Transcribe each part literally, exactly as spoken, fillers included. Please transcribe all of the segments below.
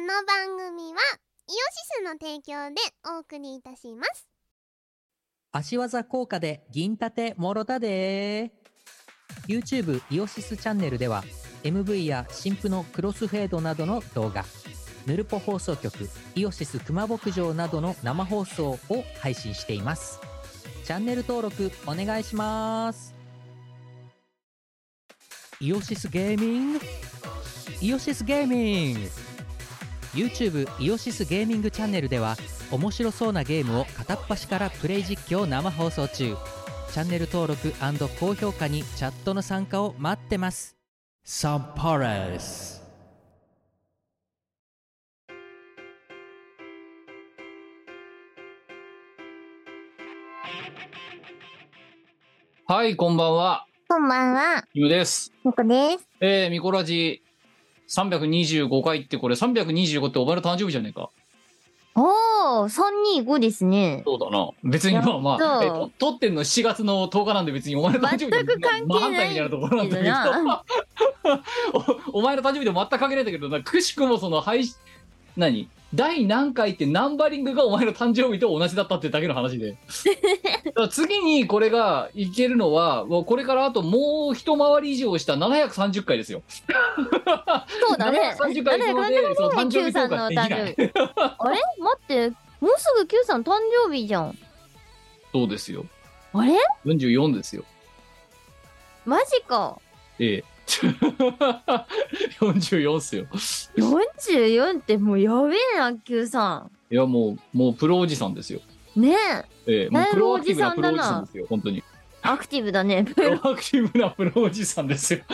の番組はイオシスの提供でお送りいたします。 足技効果で銀盾もろたで YouTube イオシスチャンネルでは エムブイ や新婦のクロスフェードなどの動画、ヌルポ放送局イオシス熊牧場などの生放送を配信しています。チャンネル登録お願いします。イオシスゲーミングイオシスゲーミング YouTube イオシスゲーミングチャンネルでは面白そうなゲームを片っ端からプレイ実況生放送中。チャンネル登録&高評価にチャットの参加を待ってます。サンパレス。 はい、こんばんは。 こんばんは。 ゆうです。 みこです。 えー、ミコラジさんびゃくにじゅうごかいってこれさんびゃくにじゅうごってお前の誕生日じゃねえか。 おー、さんびゃくにじゅうごですね。 そうだな。別にまあまあ、えと撮ってんのしちがつのとおかなんで別にお前の誕生日全く関係ない真反対みたいなところなんだけどお、お前の誕生日で全く関係ないんだけどな、くしくもその配信、何第何回ってナンバリングがお前の誕生日と同じだったってだけの話でだから次にこれがいけるのはもうこれからあともう一回り以上したななひゃくさんじゅっかいですよ。 そうだね。 ななひゃくさんじゅっかい以上でその誕生日トークができない。 あれ待って、もうすぐ Q さん誕生日じゃん。 そうですよ。 あれよんじゅうよんですよ。 マジか。 ええよんじゅうよんっすよ。 よんじゅうよんってもうやべえな Q さいやもうもうプロおじさんですよ。 んねえ。 ええ、もうプロアクティブなプロおじさんですよ。本当にアクティブだね。 プロアクティブなプロおじさんですよ。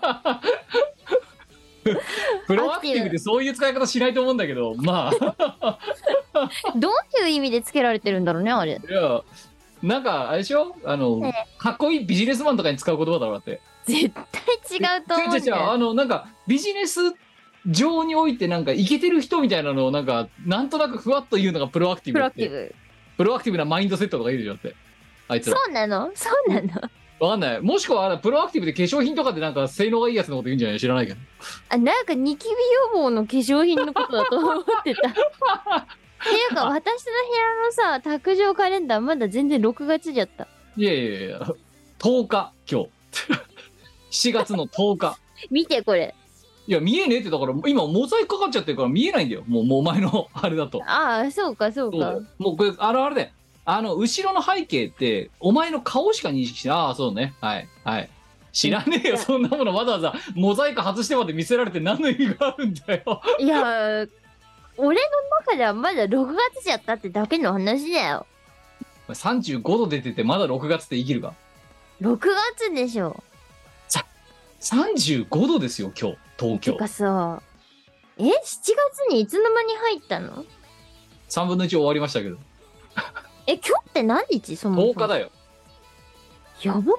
プロアクティブってそういう使い方しないと思うんだけど、まあどういう意味でつけられてるんだろうね、あれ。 いやなんかあれでしょ、あの、 ええ、 かっこいいビジネスマンとかに使う言葉だろうって。 絶対違うと思うんだよ。 違う違う違う、あのなんかビジネス上においてなんかイケてる人みたいなのをなんかなんとなくふわっと言うのがプロアクティブって。 プロアクティブ。 プロアクティブなマインドセットとかいるじゃんって。あいつら。 そうなのそうなのわかんない。もしくはプロアクティブで化粧品とかでなんか性能がいいやつのこと言うんじゃない知らないけど。 あ、なんかニキビ予防の化粧品のことだと思ってた。っていうか私の部屋のさ卓上カレンダーまだ全然ろくがつじゃった。 いやいやいやとおか今日しちがつのとおか見てこれ。 いや見えねえって、だから今モザイクかかっちゃってるから見えないんだよ。もうもうお前のあれだと。 ああそうかそうか。 もうこれあれあれで、あの後ろの背景ってお前の顔しか認識しない。ああそうね、はいはい知らねえよそんなものわざわざモザイク外してまで見せられて何の意味があるんだよ。 いや俺の中ではまだろくがつじゃったってだけの話だよ。 さんじゅうごど出ててまだろくがつで生きるか。 ろくがつでしょ。 ささんじゅうごどですよ今日東京。 てかさえしちがつにいつの間に入ったの。 さんぶんのいち終わりましたけど。 え今日って何日そもそも。 とおかだよ。 やばくない。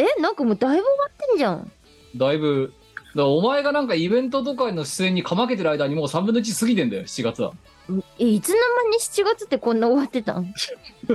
えなんかもうだいぶ終わってんじゃん。 だいぶだからお前がなんかイベントとかの出演にかまけてる間にもうさんぶんのいち過ぎてんだよしちがつは。 えいつの間にしちがつってこんな終わってたん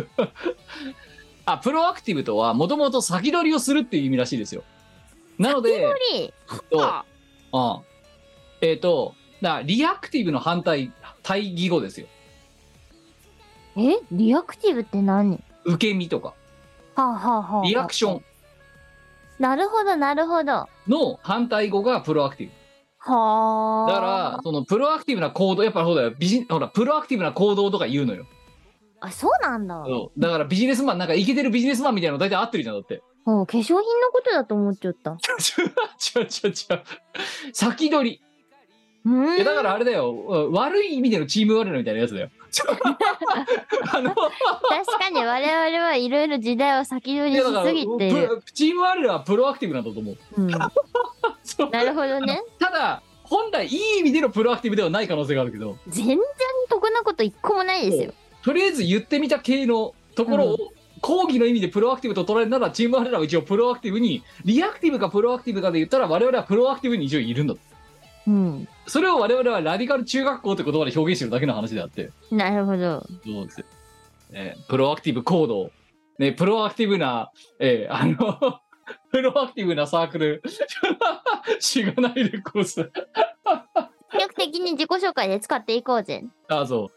あ、プロアクティブとはもともと先取りをするっていう意味らしいですよ。なので先取りとああえっ、ー、とだからリアクティブの反対対義語ですよ。 えリアクティブって何。 受け身とかはあ、はあはあ、 リアクションなるほどなるほど。 の反対語がプロアクティブ。 はあ。 だからそのプロアクティブな行動、やっぱそうだよ、ビジほらプロアクティブな行動とか言うのよ。 あそうなんだ。 そうだからビジネスマンなんかイケてるビジネスマンみたいなの大体合ってるじゃんだって。 もう化粧品のことだと思っちゃった。 違う違う違う先取り。 うんいやだからあれだよ、悪い意味でのチームワールドみたいなやつだよ。あの確かに我々はいろいろ時代を先取りしすぎている。 チームワールドはプロアクティブなんだと思う。 うん、なるほどね。 ただ本来いい意味でのプロアクティブではない可能性があるけど、 全然得なこと一個もないですよ。 とりあえず言ってみた系のところを、うん、講義の意味でプロアクティブと捉えるならチームワールドは一応プロアクティブに、リアクティブかプロアクティブかで言ったら我々はプロアクティブに一応いるんだ。 うん、 それを我々はラディカル中学校って言葉で表現してるだけの話であって。 なるほど。 そうですよ、ね、プロアクティブ行動、ね、プロアクティブな、えー、あのプロアクティブなサークルしがないレコース積極的に自己紹介で使っていこうぜ。 あ、そう。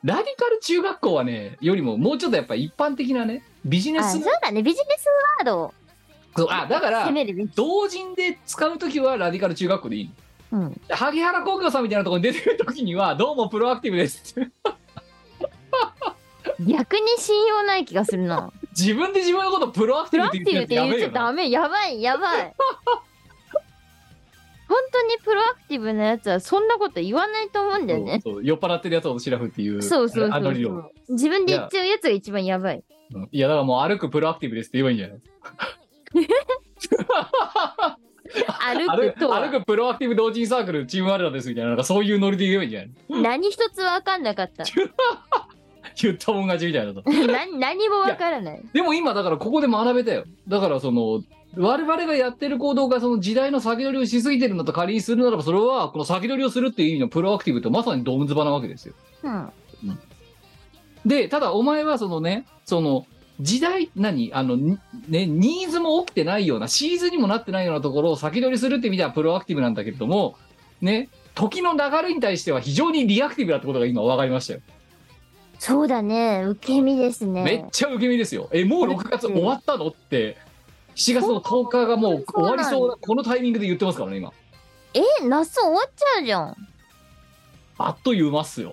ラディカル中学校はね、よりももうちょっとやっぱ一般的なね、ビジネあ、 スそうだね。ビジネスワードをそうあだから攻めるべき。 同人で使うときはラディカル中学校でいい。 うん。 萩原工業さんみたいなところに出てるときにはどうもプロアクティブですって逆に信用ない気がするな。 自分で自分のことプロアクティブってプロアクティブって言っちゃ言ってるやつやダメ。やばい、やばい。本当にプロアクティブなやつはそんなこと言わないと思うんだよね。 そうそう酔っ払ってるやつをシラフっていうそうそうそうあの理論そう。自分で言っちゃうやつが一番やばい。 うんいやだからもう歩くプロアクティブですって言えばいいんじゃない歩歩くとは歩くプロアクティブ同人サークルチームワールドですみたいななんかそういうノリで言えばいいんじゃない何一つ分かんなかった。 言ったもん勝ちみたいなと何何も分からない。 でも今だからここで学べたよ。だからその我々がやってる行動がその時代の先取りをしすぎてるんだと仮にするならばそれはこの先取りをするっていう意味のプロアクティブとまさにドームズバなわけですよ。 うん。 でただお前はそのねその時代何あのにねニーズも起きてないようなシーズンにもなってないようなところを先取りするって意味ではプロアクティブなんだけれどもね時の流れに対しては非常にリアクティブだってことが今分かりましたよ。 そうだね。受け身ですね。 めっちゃ受け身ですよ。えもうろくがつ終わったのってしちがつのとおかがもう終わりそうなこのタイミングで言ってますからね今。 え、夏終わっちゃうじゃん。 あっという間っすよ。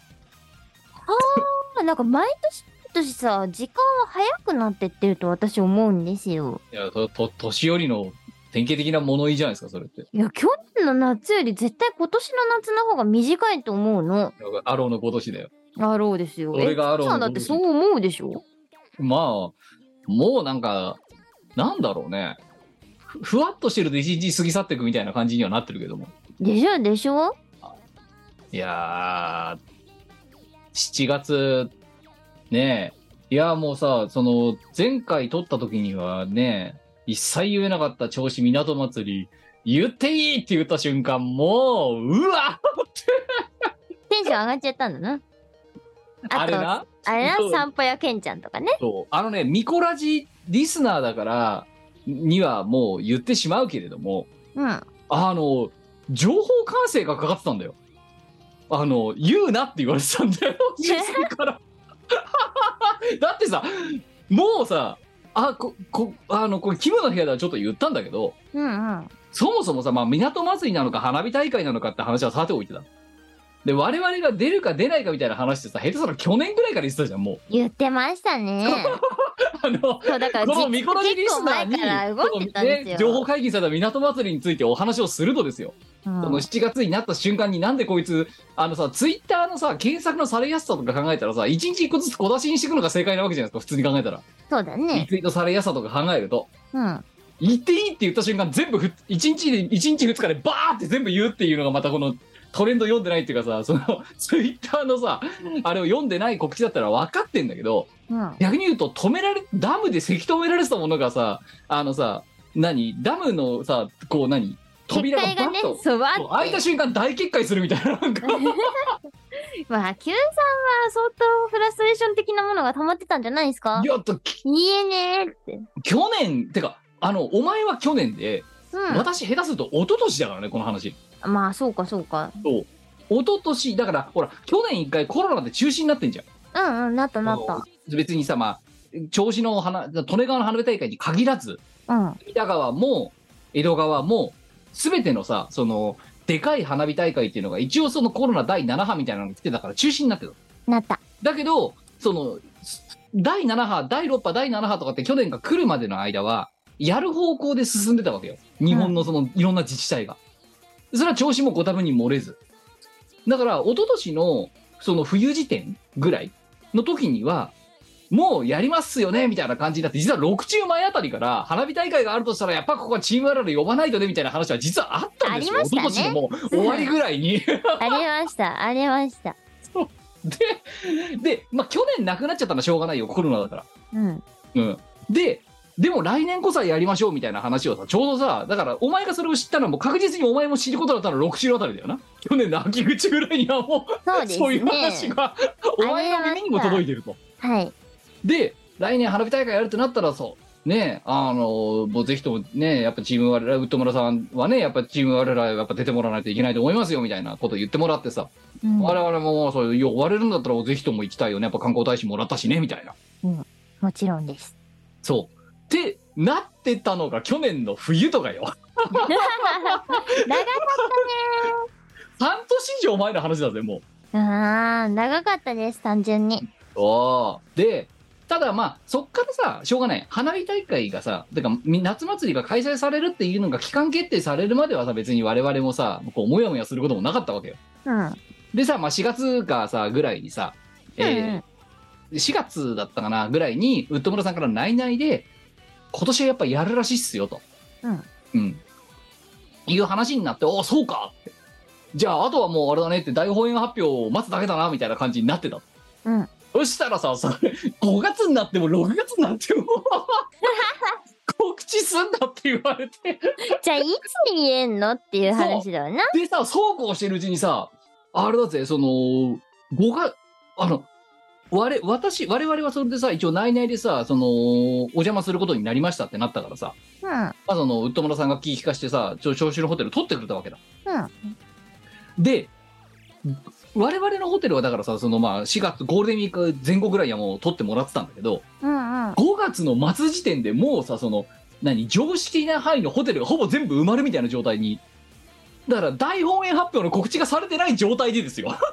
あ、なんか毎年毎年さ、時間は早くなってってると私思うんですよ。 いやとと年寄りの典型的な物言いじゃないですかそれって。 いや、去年の夏より絶対今年の夏の方が短いと思うの。 アローの今年だよ。 アローですよ。 俺がアローのえ、さんだってそう思うでしょ？ まあもうなんかなんだろうねふふわっとしてると一日過ぎ去っていくみたいな感じにはなってるけども。 でしょでしょ？ いやーしちがつねえいやもうさその前回撮った時にはね一切言えなかった銚子港祭り言っていいって言った瞬間もううわテンション上がっちゃったんだな。あとあれなあれな、 そう散歩やケンちゃんとかね。 そうあのねミコラジリスナーだからにはもう言ってしまうけれどもうん。 あの情報管制がかかってたんだよ。あの言うなって言われてたんだよ先生からだってさもうさあここあのこれキムの部屋ではちょっと言ったんだけどうんうん。 そもそもさ、まあ、港祭りなのか花火大会なのかって話はさておいてだ。で我々が出るか出ないかみたいな話ってさ下手したら去年ぐらいから言ってたじゃんもう。 言ってましたね。 あのそうだからこのじミコロジリスナーに結構前から動いてたんですよね情報会議された港祭りについてお話をするとですよ、 うんそのしちがつになった瞬間になんでこいつあのさツイッターのさ検索のされやすさとか考えたらさいちにちいっこずつ小出しにしていくのが正解なわけじゃないですか普通に考えたら。リそうだね。 ツイートされやすさとか考えるとうん。 言っていいって言った瞬間全部ふいちにちでいちにちふつかでバーって全部言うっていうのがまたこのトレンド読んでないっていうかさそのツイッターのさあれを読んでない告知だったら分かってんだけどうん。 逆に言うと止められダムでせき止められてたものがさあのさ何ダムのさこう何扉がバ結界がねッと、 そうわそう開いた瞬間大決壊するみたいななんかまあ、Q さんは相当フラストレーション的なものが溜まってたんじゃないですか？ いやとき言えねーって。 去年てかあのお前は去年で、 う私下手すると一昨年だからねこの話。 ん。まあ、そうかそうか。 そう一昨年だからほら去年一回コロナで中止になってんじゃん。 うんうん、なったなった。 別にさまあ銚子の花利根川の花火大会に限らずうん。 隅田川も江戸川も全てのさそのでかい花火大会っていうのが一応そのコロナだいなな波みたいなのが来てたから中止になってた。 なった。 だけどそのだいなな波だいろく波だいなな波とかって去年が来るまでの間はやる方向で進んでたわけよ日本のそのいろんな自治体が。それは調子もご多分に漏れずだから一昨年のその冬時点ぐらいの時にはもうやりますよねみたいな感じになって実はろく中前あたりから花火大会があるとしたらやっぱここはチームアラル呼ばないとねみたいな話は実はあったんですよ。 ありましたね一昨年のもう終わりぐらいにありました、ありました。 ででまあ去年なくなっちゃったのはしょうがないよコロナだから。 うん。 うんででも来年こそはやりましょうみたいな話をさちょうどさだからお前がそれを知ったのはもう確実にお前も知ることだったらろく中あたりだよな。去年の秋口ぐらいにはもうそうですね。 そういう話がお前の耳にも届いてると。 はい。 で来年花火大会やるってなったらそね、あのもうぜひともね、やっぱチーム我らウッド村さんはね、やっぱチーム我らやっぱ出てもらわないといけないと思いますよみたいなことを言ってもらってさ、 うん、 我々もそう呼ばれるんだったらぜひとも行きたいよね、やっぱ観光大使もらったしねみたいな。 うん、もちろんです。 そうってなってたのが去年の冬とかよ。 長かったね半年以上前の話だぜもう。 ー。あー、長かったです、単純に。 おでただまあそっからさしょうがない、花火大会がさてか夏祭りが開催されるっていうのが期間決定されるまではさ、別に我々もさこうもやもやすることもなかったわけよ。 うん。 でさ、まあ、しがつかさぐらいにさ、えー、しがつだったかなぐらいにウッド村さんから内々で今年はやっぱやるらしいっすよと、 うんうん、いう話になって、おおそうかって、じゃああとはもうあれだねって大本営発表を待つだけだなみたいな感じになってた。 うん。 そしたらさ、それごがつになってもろくがつになっても告知すんだって言われてじゃあいつ言えんのっていう話だよな。 でさ、そうこうしてるうちにさ、あれだぜ、そのごがあの我私我々はそれでさ、一応内々でさ、そのお邪魔することになりましたってなったからさ、 うん。 まあ、そのウッド村さんが気利かしてさ、ちょ調子のホテル取ってくれたわけだ。 うん。 で我々のホテルはだからさ、そのまあしがつゴールデンウィーク前後ぐらいにはもう取ってもらってたんだけど、 うんうん。 ごがつの末時点でもうさ、その何常識な範囲のホテルがほぼ全部埋まるみたいな状態に、だから大本営発表の告知がされてない状態でですよ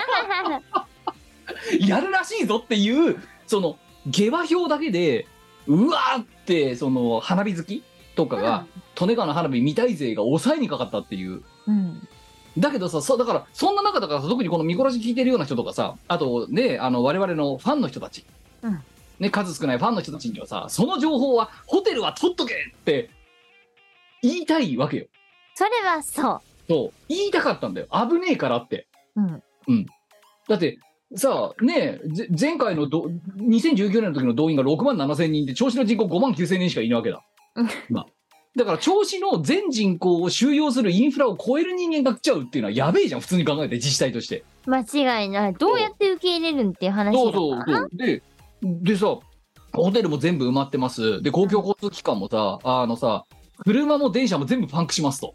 やるらしいぞっていうその下馬評だけでうわーってその花火好きとかが、うん、利根川の花火見たい勢が抑えにかかったっていう、 うん、 だけどさ、そだからそんな中だからさ、特にこのミコラジ聞いてるような人とかさ、あとね、あの我々のファンの人たち、 うんね、数少ないファンの人たちにはさ、その情報はホテルは取っとけって言いたいわけよ。 それはそうそう言いたかったんだよ、危ねえからって。 うん、 うん、だってさあねえ、前回のどにせんじゅうきゅうねんの時の動員がろくまんななせんにんで、銚子の人口ごまんきゅうせんにんしかいないわけだ今だから銚子の全人口を収容するインフラを超える人間が来ちゃうっていうのはやべえじゃん、普通に考えて自治体として。 間違いない。どうやって受け入れるんっていう話だから。 そうそうそうででさ、ホテルも全部埋まってます。で公共交通機関もさ、あのさ車も電車も全部パンクしますと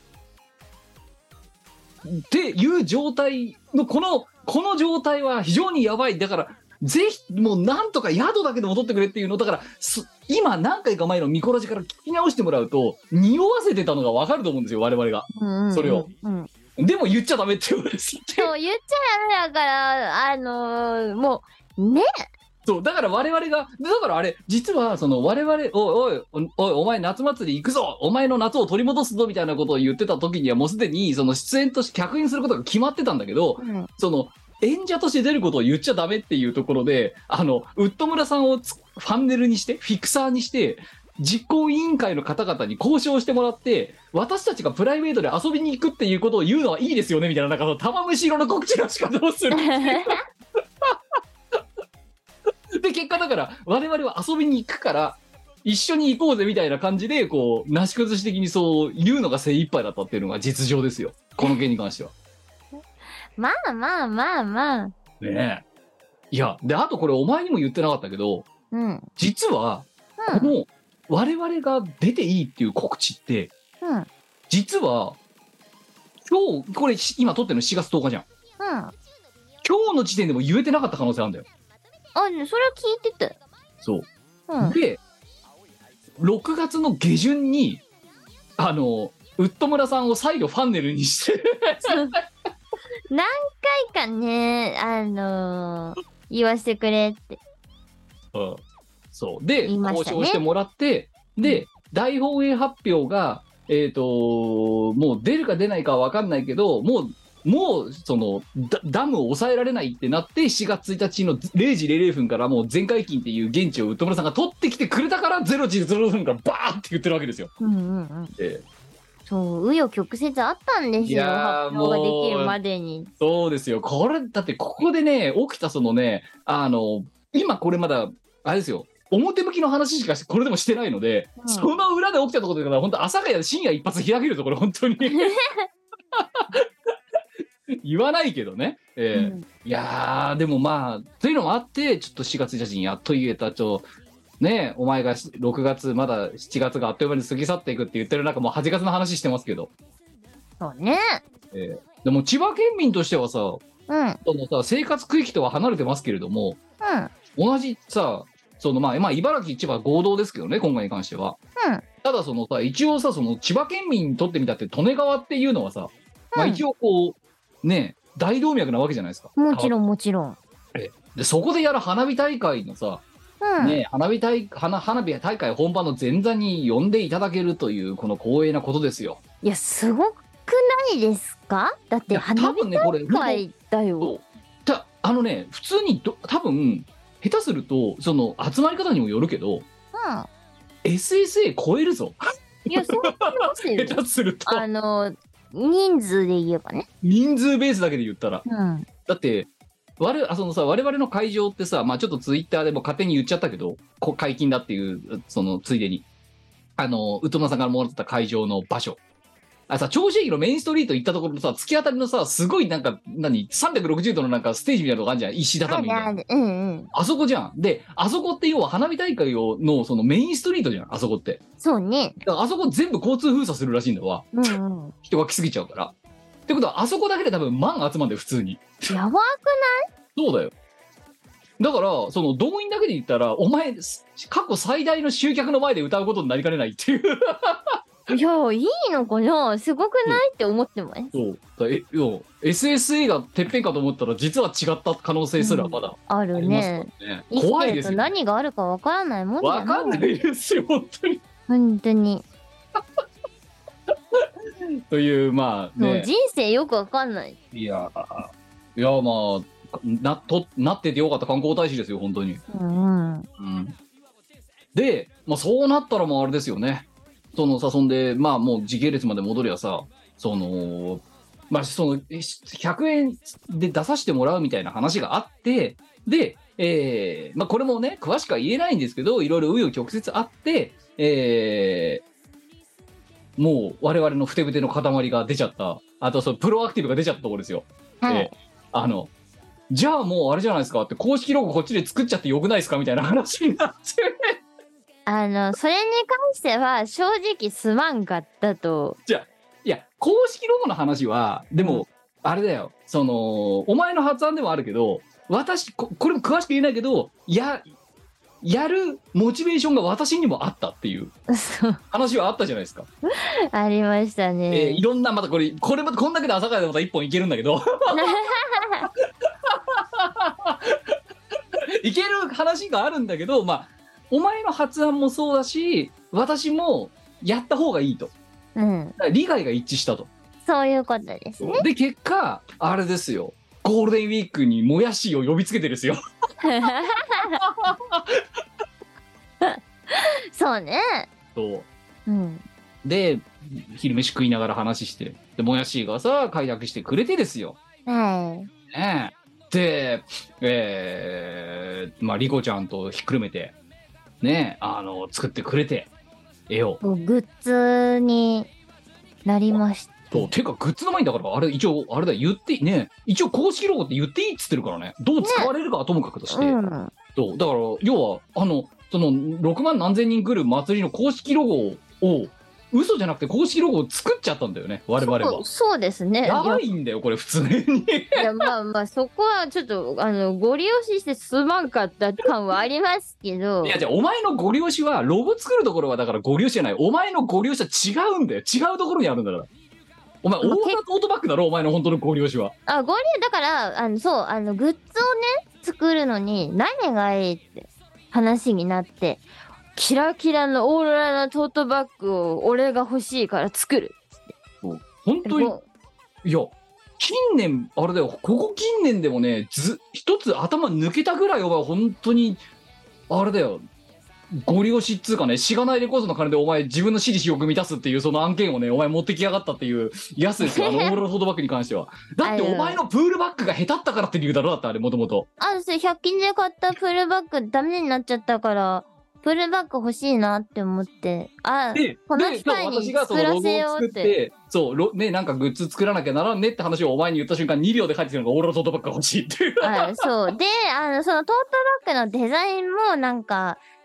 っていう状態のこのこの状態は非常にやばい。だからぜひもうなんとか宿だけでも取ってくれっていうのだから、今何回か前のミコラジから聞き直してもらうと匂わせてたのが分かると思うんですよ、我々が、うんうんうん、それを、うん、でも言っちゃダメって言われて、そう言っちゃダメだからあのー、もうねそうだから我々がだからあれ実はその我々おいおいおいお前夏祭り行くぞ、お前の夏を取り戻すぞみたいなことを言ってた時にはもうすでにその出演として客演することが決まってたんだけど、うん、その演者として出ることを言っちゃダメっていうところで、あのウッド村さんをファンネルにしてフィクサーにして実行委員会の方々に交渉してもらって、私たちがプライベートで遊びに行くっていうことを言うのはいいですよねみたいな、なんか玉虫色の告知の仕方をするで結果だから我々は遊びに行くから一緒に行こうぜみたいな感じでこうなし崩し的にそう言うのが精一杯だったっていうのが実情ですよ、この件に関しては。 まあまあまあまあねえ。いやであとこれお前にも言ってなかったけど、 うん、 実は、うん、この我々が出ていいっていう告知って、 うん、 実は今日これ今撮ってるのしちがつとおかじゃん、 うん、 今日の時点でも言えてなかった可能性あるんだよ。 あ、ね、それは聞いてて。 そう、 うん、 でろくがつの下旬にあのウッド村さんを再度ファンネルにして何回かねあのー、言わせてくれって、 うん、そうで、 ね、 交渉してもらってで、うん、大本営発表がえっ、ー、ともう出るか出ないかは分かんないけどもうもうその ダ, ダムを抑えられないってなってしがつついたちのれいじれいれいふんからもう全解禁っていう現地をウッド村さんが取ってきてくれたかられいじれいふんからバーって言ってるわけですよ。 うんうんうん、 えーそう紆余曲折あったんですよ、発表ができるまでに。 そうですよ、これだってここでね起きたそのねあの今これまだあれですよ表向きの話しかこれでもしてないので、うん、その裏で起きたところでから本当朝霞で深夜一発開けるぞこれ本当に言わないけどね、えーうん、いやーでもまあというのもあってちょっとしがつついたちにやっと言えたちょねえお前がろくがつまだしちがつがあっという間に過ぎ去っていくって言ってる中もうはちがつの話してますけど、 そうね。 えーでも千葉県民としてはさ、 うん。うん。 そのさ生活区域とは離れてますけれども、同じさそのまあ、まあ、茨城千葉合同ですけどね今回に関しては。 うん。 ただそのさ一応さその千葉県民にとってみたって利根川っていうのはさ、まあ、一応こうね大動脈なわけじゃないですか。 もちろんもちろん。 えでそこでやる花火大会のさ、 うん。 ね、花火大花花火大会本番の前座に呼んでいただけるというこの光栄なことですよ。 いや、すごくないですか？だっていや花火多分ねこれ大会だよ。 そうたあのね普通にど多分下手するとその集まり方にもよるけど エスエスエー 超えるぞ。 うん。いや、そう思いますよ。 下手するとあの、人数で言えばね。 人数ベースだけで言ったらうん。 だって我々あそのさ我々の会場ってさまあちょっとツイッターでも勝手に言っちゃったけどこ解禁だっていうそのついでにあの宇多間さんからもらった会場の場所あさ銚子駅のメインストリート行ったところのさ突き当たりのさすごいなんか何さんびゃくろくじゅうどのなんかステージみたいなとこあるじゃん石あ畳みたいなるある。うんうん。 あそこじゃん。であそこって要は花火大会をのそのメインストリートじゃんあそこってそうね。 だからあそこ全部交通封鎖するらしいんだわうんうん。 人が来すぎちゃうからってことはあそこだけで多分万集まんだよ普通にやばそうだよだからその動員だけで言ったらお前過去最大の集客の前で歌うことになりかねないっていういや、いいのかな？すごくないって思ってます。 そうだえよ エスエスエー がてっぺんかと思ったら実は違った可能性すらまだあるありますね。 からね、 生きてると怖いですよ何があるかわからないもんじゃわかんないですよ本当に本当に。 というまあねもう人生よくわかんない。 いやいやまあなとなっててよかった観光大使ですよ本当に、 うんうん。 うん、で、まあ、そうなったらもうあれですよねそのさそんでまあもう時系列まで戻りゃさそのまあそのひゃくえんで出させてもらうみたいな話があってで、えーまあ、これもね詳しくは言えないんですけどいろいろ紆余曲折あって、えー、もう我々のふてぶての塊が出ちゃったあとそのプロアクティブが出ちゃったところですよ。 はい。 えーあのじゃあもうあれじゃないですかって公式ロゴこっちで作っちゃってよくないですかみたいな話になってあの、それに関しては正直すまんかったと。 じゃあいや公式ロゴの話はでも、 うんあれだよそのお前の発案でもあるけど私 こ, これも詳しく言えないけどややるモチベーションが私にもあったっていうそう話はあったじゃないですか、 ありましたえーね。 いろんなまたこれこれまたこんだけで朝からでまた一本いけるんだけどいける話があるんだけどまあお前の発案もそうだし私もやった方がいいとうん。 だから利害が一致したとそういうことですね。 で結果あれですよゴールデンウィークにもやしを呼びつけてですよそうね。 そううん。 で昼飯食いながら話してでもやしがさ開拓してくれてですよはい。 ねえでえー、まあリコちゃんとひっくるめてねあの作ってくれて絵をグッズになりました。 そうてかグッズの前にだからあれ一応あれだ言ってね一応公式ロゴって言っていいっつってるからねどう使われるかはともかくとして、 うん。 そうだから要はあのそのろくまん何千人来る祭りの公式ロゴを嘘じゃなくて公式ロゴを作っちゃったんだよね我々は。 そうそうですね。 やばいんだよこれ普通にいや、まあまあ、そこはちょっと、あの、ご利用ししてすまんかった感はありますけど。 いやじゃあお前のご利用しはロゴ作るところはだからご利用しじゃないお前のご利用しは違うんだよ違うところにあるんだからお前大型トートバッグだろお前の本当のご利用しは。 あ、ご利用、だから、あの、そう、あの、グッズをね、作るのに何がいいって話になって、キラキラのオーロラのトートバッグを俺が欲しいから作る。 本当にいや近年あれだよここ近年でもねず一つ頭抜けたぐらいお前本当にあれだよご利用しっつうかねしがないレコードの金でお前自分の私利私欲満たすっていうその案件をねお前持ってきやがったっていうやつですよあのオーロラトートバッグに関してはだってお前のプールバッグが下手ったからって理由だろだってあれもともとあ、それひゃく均で買ったプールバッグダメになっちゃったから、プールバッグ欲しいなって思って、あ、 でこの機会に私がそのロゴを作ってそうロねなんかグッズ作らなきゃならんねって話をお前に言った瞬間にびょうで返ってきたのがオーロラトートバッグが欲しいっていうあ、そう。で、あの、そのトートバッグのデザインもなんか、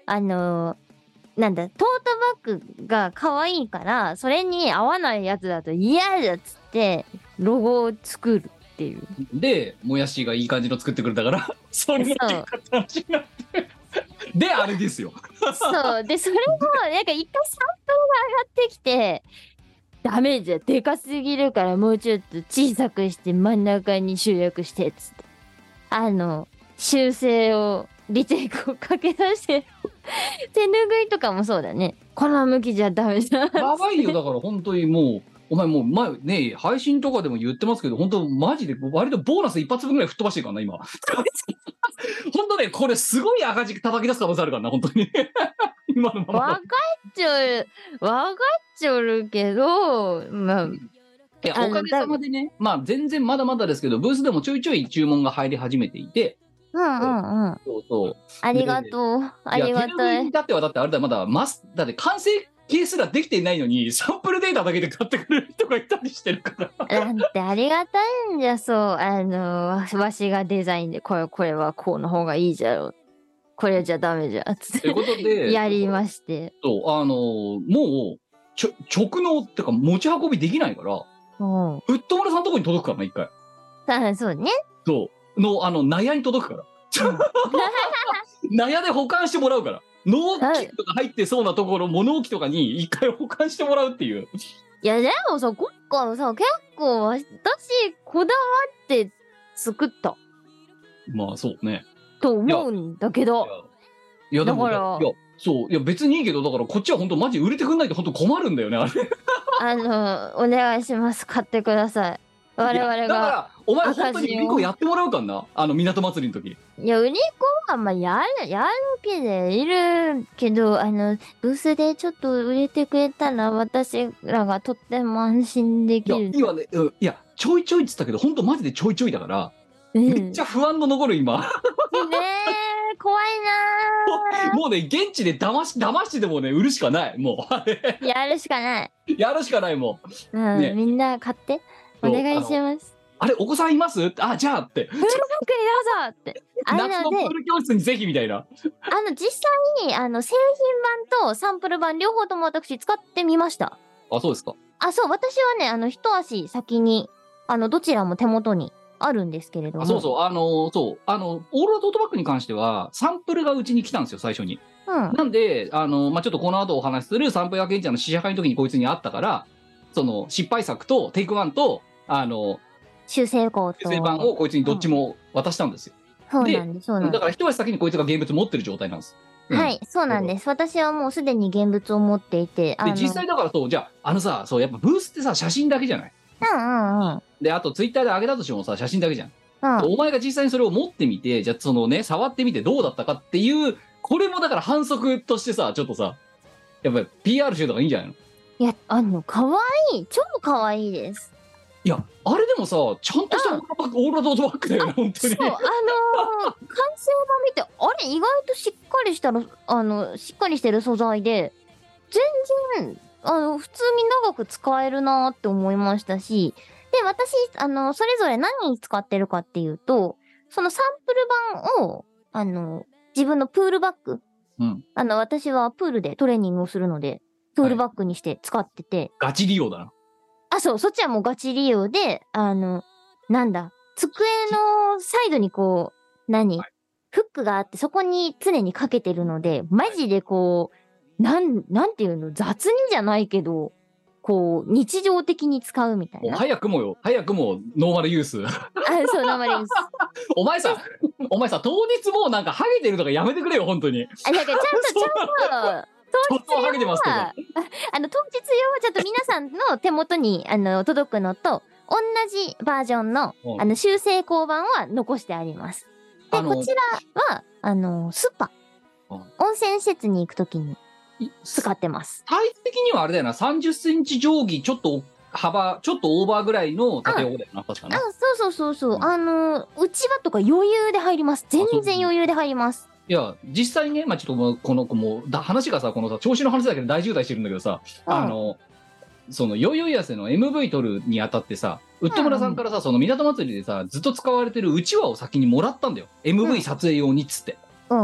あのーなんだ、トートバッグが可愛いから、それに合わないやつだと嫌だっつって、ロゴを作るっていう。 で、もやしがいい感じの作ってくれたから、それが結果って話になって。で、あれですよ。 そう。で、それも、なんか一回サンプルが上がってきて、ダメじゃん。でかすぎるからもうちょっと小さくして真ん中に集約してっつって。あの、修正を、リテイクをかけ出して、手ぬぐいとかもそうだね。この向きじゃダメじゃん。 やばいよ、だから本当にもう、お前もう前ね、配信とかでも言ってますけど、本当マジで割とボーナス一発分ぐらい吹っ飛ばしてるからな、今。本当ね、これすごい赤字叩き出す可能性あるからな、本当に。今のまま。 わかっちゃう、わかっちゃうけど、まあ、 いや、おかげさまでね、まあ全然まだまだですけど、ブースでもちょいちょい注文が入り始めていて、 うんうんうん。 そうそう。 ありがとう。ありがたい。 いや、だってはだってあれだ、まだマス、だって完成形すらできていないのに、サンプルデータだけで買ってくれる人がいたりしてるから。 なんてありがたいんじゃ、そう。あの、わわしがデザインで、これ、これはこうの方がいいじゃろう。これじゃダメじゃ、つって。 ということで、 やりまして。 そう、あの、もう、ちょ、直納ってか持ち運びできないから、 うん。 フットマルさんのとこに届くからな、一回。 あ、そうね。 そう。の、あの、納屋に届くから。納屋で保管してもらうから。納期とか入ってそうなところ、物置とかに一回保管してもらうっていう。 いや、でもさ、今回さ、結構私、こだわって作った。 まあ、そうね。 と思うんだけど。 いや、でも、 だからいや、そう、いや、別にいいけど、だからこっちは本当マジ売れてくんないと本当困るんだよね、あれ。 あの、お願いします。買ってください。我々が。 だから、お前本当に赤字を売り子やってもらうかんな。あの、港祭りの時。 いや、売り子は、まあ、やる、やる気でいるけど、あの、ブースでちょっと売れてくれたら、私らがとっても安心でいや、 きる。 今ね、うんいや、ちょいちょいっつったけど、本当マジでちょいちょいだから、 うん、 めっちゃ不安の残る今。 ねえ、怖いなもうね、現地で騙し、騙してでもね、売るしかない。もう、あれ。 ー。やるしかない。 やるしかない、もう。 うん、 ねみんな買って。おそう願いします。 あれ、お子さんいますってあ、じゃあって。 プールバッグにどうぞって。あれなんで、 夏のプール教室にぜひみたいな。 あの、実際に、あの、製品版とサンプル版両方とも私使ってみました。 あ、そうですか。 あ、そう、私はね、あの、一足先に、あの、どちらも手元にあるんですけれども。 あそうそう、あの、そう、あの、オーロラトートバッグに関しては、サンプルがうちに来たんですよ、最初に。 うん。 なんで、あの、まあ、ちょっとこの後お話しするサンプル焼けんちゃんの試写会の時にこいつに会ったから、その、失敗作と、テイクワンと、あの、 修正コート。 修正版をこいつにどっちも渡したんですよ。 そうなんです、そうなんです。 だから一足先にこいつが現物持ってる状態なんです。うんはい、そうなんです。私はもうすでに現物を持っていて、あで、 の、 実際だからそう、じゃあ、あのさ、そう、やっぱブースってさ、写真だけじゃない。 うんうんうん。 で、あとツイッターで上げたとしてもさ、写真だけじゃん。 うん。 お前が実際にそれを持ってみて、じゃあそのね、触ってみてどうだったかっていう、これもだから反則としてさ、ちょっとさ、やっぱり ピーアール してた方がいいんじゃないの？ いや、あの、かわいい。超かわいいです。 いや、あれでもさ、ちゃんとしたオーロラバッグ、オーロラトートバッグだよね、本当そう、 に。 あのー、完成版見て、あれ、意外としっかりしたら、あの、しっかりしてる素材で、全然、あの、普通に長く使えるなーって思いましたし、で、私、あの、それぞれ何に使ってるかっていうと、そのサンプル版を、あの、自分のプールバッグ、 うん。 あの、私はプールでトレーニングをするので、プールバッグにして使ってて、 ガチ利用だな。 あ、そう、そっちはもうガチ利用で、あの、なんだ、机のサイドにこう、何、 はいフックがあって、そこに常にかけてるので、マジでこう、なん、なんていうの、雑にじゃないけど、こう、日常的に使うみたいもうな。 早くもよ、早くもノーマルユース。 あ、そう、生です。 お前さ、お前さ、当日もうなんかハゲてるとかやめてくれよ、本当に。 あ、だからちゃんと、ちゃんと、当日相当ハゲてますけど。 は、あの、当日用はちょっと皆さんの手元に、あの、届くのと、同じバージョンの、 うんあの、修正工版は残してあります。で、 あのこちらは、あの、スパ、 うん温泉施設に行くときにい使ってます。 サイズ的にはあれだよな、さんじゅっセンチ定規、ちょっと幅、ちょっとオーバーぐらいの縦横だよな、確かあ、 な。 そうそうそうそう。 うんあの、内輪とか余裕で入ります。全そう然余裕で入ります。 いや、実際ね、まあちょっともうこの子もうだ話がさ、このさ、調子の話だけど大渋滞してるんだけどさ、 うんあの、その、よいよいやせの エムブイ 撮るにあたってさ、ウッド村さんからさ、その港祭りでさ、ずっと使われてるうちわを先にもらったんだよ。エムブイ 撮影用にっつって。 うん。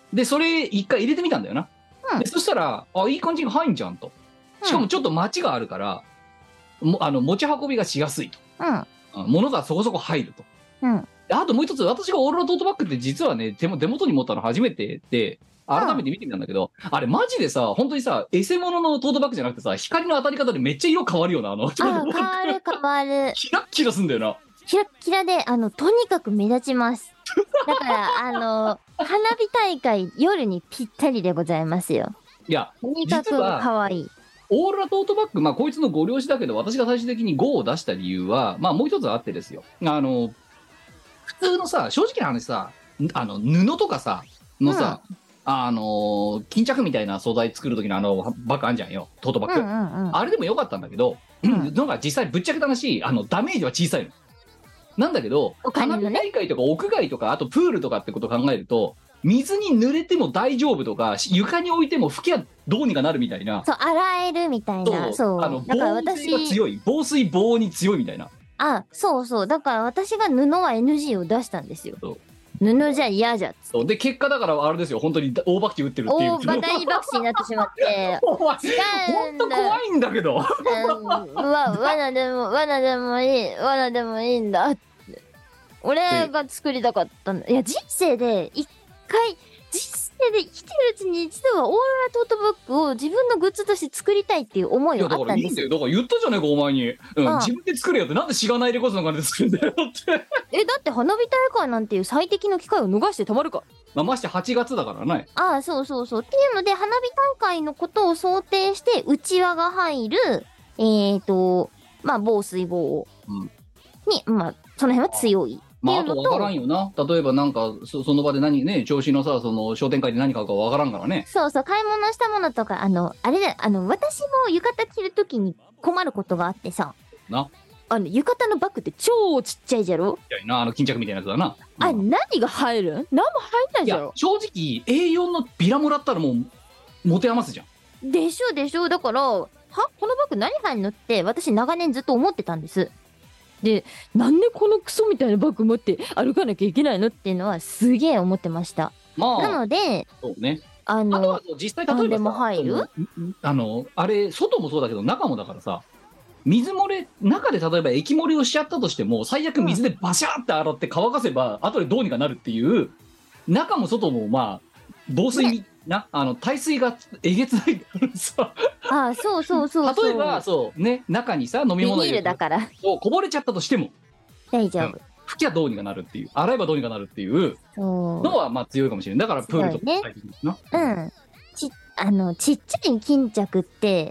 でそれ一回入れてみたんだよな、 うんでそしたらあいい感じに入んじゃんと。しかもちょっと待ちがあるから、もあの持ち運びがしやすいと、 うんうん物がそこそこ入ると。 うんであともう一つ、私がオーロラトートバッグって実はね手も手元に持ったの初めてで、改めて見てみたんだけど、あれマジでさ本当にさエセモノのトートバッグじゃなくてさ、光の当たり方でめっちゃ色変わるよな、あのトートバッグあ変わる変わるキラッキラすんだよな。 キラッキラであのとにかく目立ちますだからあの花火大会夜にぴったりでございますよ。 いやとにかく実は可愛い。 オーロラトートバッグ、まあこいつのご了承だけど、私が最終的にごを出した理由は、まあもう一つあってですよ。あの、普通のさ、正直な話さ、あの、布とかさ、のさ、あの、巾着みたいな素材作る時のあの、バッグあんじゃんよ、トートバッグ。 うんうんうんあれでもよかったんだけど、 うんのが実際ぶっちゃけた話、あの、ダメージは小さいの。なんだけど、 お金のね花火大会とか屋外とか、あとプールとかってことを考えると、水に濡れても大丈夫とか、床に置いても拭きゃどうにかなるみたいな。 そう洗えるみたいな。そうあのだから防水が私強い、防水防に強いみたいな。 あそうそうだから私が布は エヌジー を出したんですよ。 そう布じゃ嫌じゃっつってそうで結果だからあれですよ、本当に大爆打ってるっていう。 大バ大爆死になってしまってお前違うんだ本当怖いんだけど。 うんわ罠でも罠でもいい罠でもいいんだって俺が作りたかったんだ。いや人生で一回人生で生きてるうちに一度はオーロラトートバッグを自分のグッズとして作りたいっていう思いいやだはあったんですよ。 からいいんだよ、だから言ったじゃねえかお前に、うん、 ああ自分で作れよって。なんでしがないレコードの金で作るんだよってえだって花火大会なんていう最適の機会を逃してたまるか。 まあましてはちがつだからね。 ああそうそうそうっていうので花火大会のことを想定してうちわが入るえーとまあ防水防うんに、まあその辺は強いまああっていうのと、 とわからんよな。例えばなんか そ, その場で何ね、調子のさ、その商店会で何買うかわからんからね。 そうそう買い物したものとかあのあれだあの私も浴衣着るときに困ることがあってさ、 な。 あの浴衣のバッグって超ちっちゃいじゃろ、 いやな、あの巾着みたいなやつだな。 あれうん何が入るん何も入んないいじゃろ。 や正直 エーよん のビラもらったらもう持て余すじゃん。 でしょでしょだからはこのバッグ何入んのって私長年ずっと思ってたんです。でなんでこのクソみたいなバッグ持って歩かなきゃいけないのっていうのはすげえ思ってました。 まあなのでそうね。 ああとはの実際例えばさ何でも入るそのあのあれ外もそうだけど中もだからさ、水漏れ中で例えば液漏れをしちゃったとしても最悪水でバシャーって洗って乾かせば後でどうにかなるっていう、中も外もまあ防水に、なあの耐水がえげつないからさ。 あそうそうそうそう例えばそうね、中にさ飲み物ビニールだからそうこぼれちゃったとしても大丈夫。 拭きゃどうにかなるっていう、洗えばどうにかなるっていうそうのはまあ強いかもしれない。だからプールとか強いね最適な。 うん。ち、あの、ちっちゃい巾着って、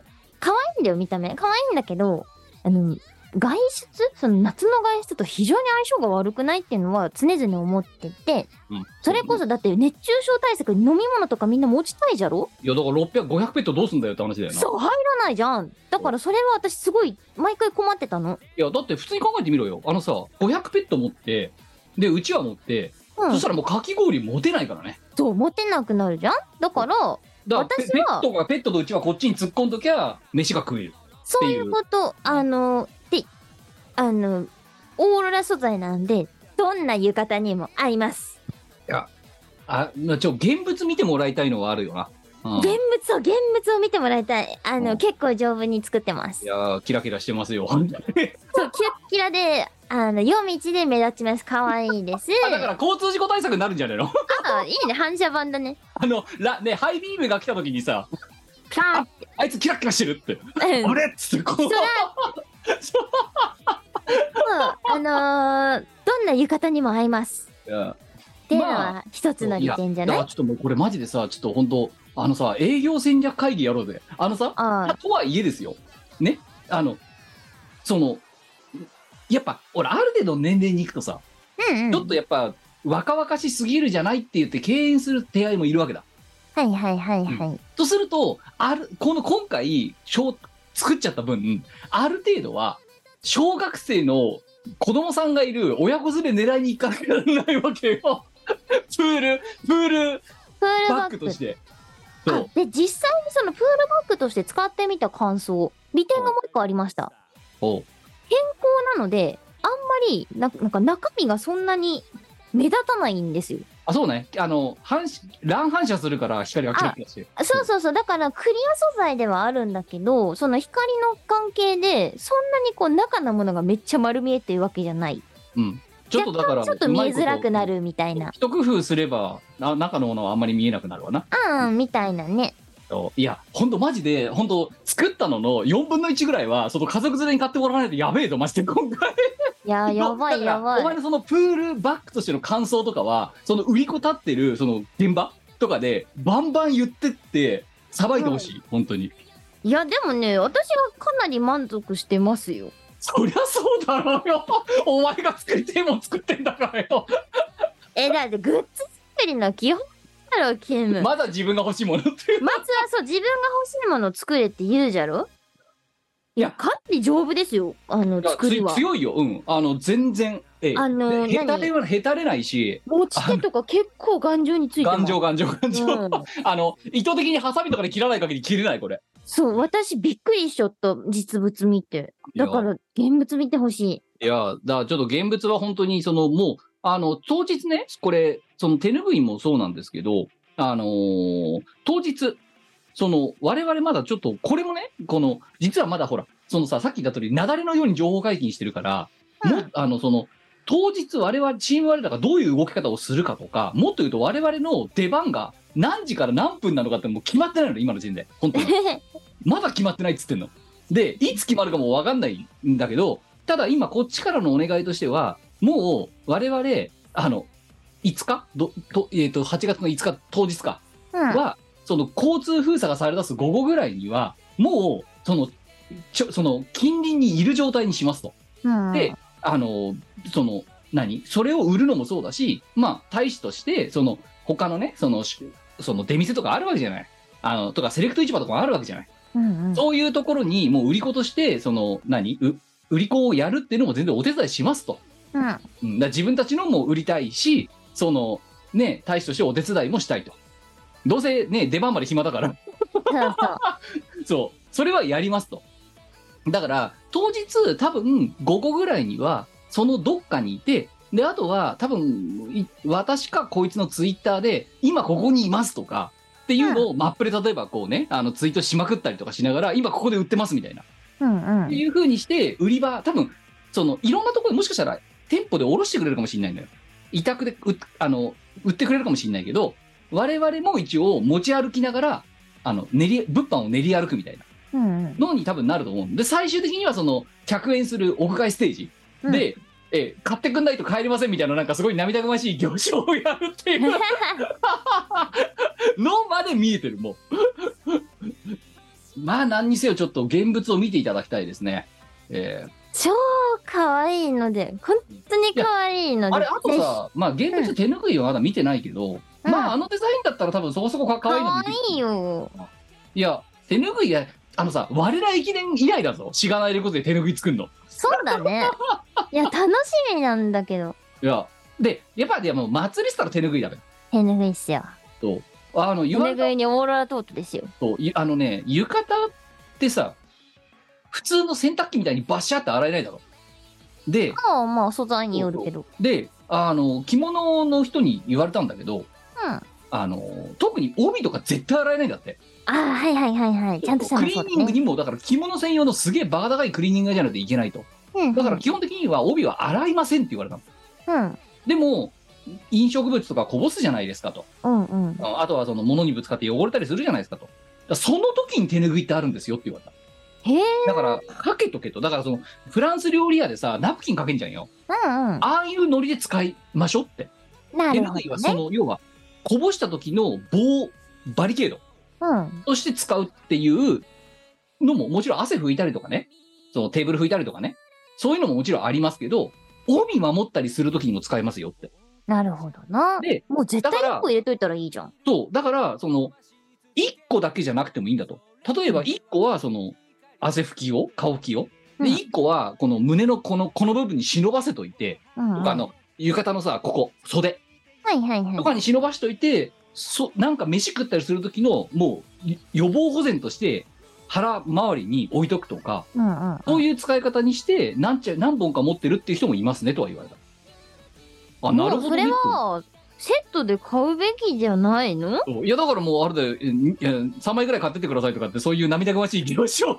可愛いんだよ、見た目。可愛いんだけど、あの、外出その夏の外出と非常に相性が悪くないっていうのは常々思ってて、 うんそれこそだって熱中症対策に飲み物とかみんな持ちたいじゃろ。 いやだからろっぴゃく、ごひゃくペットどうすんだよって話だよな。 そう、入らないじゃん。だからそれは私すごい、毎回困ってたの。 いやだって普通に考えてみろよ。あのさごひゃくペット持ってでうちわ持って、 うん。 そしたらもうかき氷持てないからね。 そう、持てなくなるじゃん。だから、 だからペ私はペットがペットとうちわこっちに突っ込んどきゃ飯が食える。 そういうこと、あの、で、あの、オーロラ素材なんで、どんな浴衣にも合います。 あ、まあちょ現物見てもらいたいのはあるよな。うん、 現物を、現物を見てもらいたい。あの、 うん結構丈夫に作ってますい。やーキラキラしてますよ。 そう、キラッキラで、あの、夜道で目立ちます。可愛いです。 あだから交通事故対策になるんじゃないの？ あ、いいね、反射板だね。 あのらねハイビームが来た時にさ、 カーッあいつキラキラしてるって、 うんあれっつってこう。 そらそうあのーどんな浴衣にも合います。 いやっていうのは一つの利点じゃないいやだからちょっともうこれマジでさ、ちょっと本当あのさ営業戦略会議やろうぜ。あのさ、 あとはいえですよね、あのそのやっぱ俺ある程度の年齢に行くとさ、 あ、うんうん。 ちょっとやっぱ若々しすぎるじゃないって言って敬遠する手合いもいるわけだ。 はいはいはいはい。 とするとあるこの今回小作っちゃった分ある程度は小学生の子供さんがいる親子連れ狙いに行かなきゃならないわけよ。プールプールプールババッグッグとして。そあうで実際にそのプールバッグとして使ってみた感想、利点がもう一個ありました。 おう健康なのであんまりななんか中身がそんなに目立たないんですよ。 あ、そうね。あの、反射、乱反射するから光がキラキラしてる。 そうそうそう。だからクリア素材ではあるんだけど、その光の関係で、そんなにこう中のものがめっちゃ丸見えっていうわけじゃない。 うん。ちょっとだから、 ちょっと見えづらくなる。 るみたいな。 一工夫すれば、あ中のものはあんまり見えなくなるわな。 うん、みたいなね。 いや、ほんとマジで、ほんと、作ったののよんぶんのいちぐらいは、その家族連れに買ってもらわないとやべえぞ、マジで、今回。 いや、やばいやばい。 お前のそのプールバックとしての感想とかは、その売り子立ってる、その現場とかで、バンバン言ってって、さばいてほしい、うん、本当に。 いや、でもね、私はかなり満足してますよ。 そりゃそうだろうよ。お前が作りてえもん作ってんだからよ。 え、だってグッズ作りの基本だろ、キム。 まだ自分が欲しいものって。 まずはそう、自分が欲しいものを作れって言うじゃろ。いや、かなり丈夫ですよ、あの、作りは。 強いよ、うん。あの、全然、ええ、あのー、へたれはへたれないし。 持ち手とか結構頑丈についてます。 頑丈、頑丈、頑丈。うん、あの、意図的にハサミとかで切らない限り切れない、これ。 そう、私びっくりしちゃった、実物見て。だから、現物見てほしい。 いや、だからちょっと現物は本当に、その、もう、あの、当日ね、これ、その手拭いもそうなんですけど、あのー、当日、その、我々まだちょっと、これもね、この、実はまだほら、そのさ、さっき言った通り、雪崩のように情報解禁してるから、うん、もあの、その、当日我々、チーム我らがどういう動き方をするかとか、もっと言うと我々の出番が何時から何分なのかってもう決まってないの、今の時点で。本当に。まだ決まってないっつってんの。で、いつ決まるかもわかんないんだけど、ただ今こっちからのお願いとしては、もう我々、あの、いつかどと、えっと、はちがつのいつか当日かは、うん、その交通封鎖がされだす午後ぐらいには、もう、その、ちょその近隣にいる状態にしますと。うん、で、あの、その、何それを売るのもそうだし、まあ、大使として、その、他のね、その、その出店とかあるわけじゃない。あの、とか、セレクト市場とかもあるわけじゃない。うんうん、そういうところに、もう売り子として、その、何う売り子をやるっていうのも全然お手伝いしますと。うん、うん、だ自分たちのも売りたいし、その、ね、大使としてお手伝いもしたいと。どうせね、出番まで暇だから。そう、それはやりますと。だから、当日、多分、午後ぐらいには、そのどっかにいて、で、あとは、多分、私かこいつのツイッターで、今ここにいますとか、っていうのをマップで例えばこうね、あの、ツイートしまくったりとかしながら、今ここで売ってますみたいな。うんうん。っていう風にして、売り場、多分、その、いろんなところでもしかしたら、店舗で卸してくれるかもしれないんだよ。委託で売、あの、売ってくれるかもしれないけど、我々も一応持ち歩きながら、あの、練り、物販を練り歩くみたいな。のに多分なると思うんで、最終的にはその客演するオフ会ステージで、うん、え買ってくんないと帰りませんみたいな、なんかすごい涙ぐましい行商をやるっていうのまで見えてる。もうまあ何にせよちょっと現物を見ていただきたいですね。えー、 超可愛いので、本当に可愛いので。 あれ、あとさ、まあ現物手拭いはまだ見てないけど、うん、まああのデザインだったら多分そこそこか可愛いの可愛いよ。 いや手拭いや、あのさ、我ら駅伝以来だぞ。しがないレコードで手拭い作んの。 そうだね。いや、楽しみなんだけど。 いや、で、やっぱ、でも、祭りしたら手拭いだべ。 手拭いっすよ。 そう。あの、手拭いにオーロラトートですよ。 そう。あのね、浴衣ってさ、普通の洗濯機みたいにバシャって洗えないだろ。で、 まあまあ、素材によるけど。 で、あの、着物の人に言われたんだけど、うん。あの、特に帯とか絶対洗えないんだって。 ああ、はいはいはいはい。ちゃんとしたの、 クリーニングにも、だから着物専用のすげえバカ高いクリーニングじゃないといけないと。うんうん、だから基本的には帯は洗いませんって言われたの。うん。でも、飲食物とかこぼすじゃないですかと。うんうん。あとはその物にぶつかって汚れたりするじゃないですかと。その時に手拭いってあるんですよって言われた。へえ。だから、かけとけと。だからその、フランス料理屋でさ、ナプキンかけんじゃんよ。うんうん。ああいうノリで使いましょうって。なるほど、ね。手拭いはその、要は、こぼした時の棒、バリケード。うん、として使うっていうのももちろん汗拭いたりとかね、そのテーブル拭いたりとかね、そういうのももちろんありますけど、帯守ったりするときにも使えますよって。 なるほどな。で、もう絶対いっこ入れといたらいいじゃん。 そう、だからそのいっこだけじゃなくてもいいんだと。例えばいっこはその汗拭きを、顔拭きを、でいっこはこの胸のこのこの部分に忍ばせといて、うんうん、とかあの浴衣のさここ袖、はいはいはい、とかに忍ばしといて。そなんか飯食ったりする時のもう予防保全として腹周りに置いとくとか、うんうんうん、そういう使い方にして何ちゃ何本か持ってるっていう人もいますねとは言われた。 あ、なるほど、ね。それはセットで買うべきじゃないの？ そういやだからもうあれだよ、いやさんまいぐらい買ってってくださいとかってそういう涙ぐましい議論書を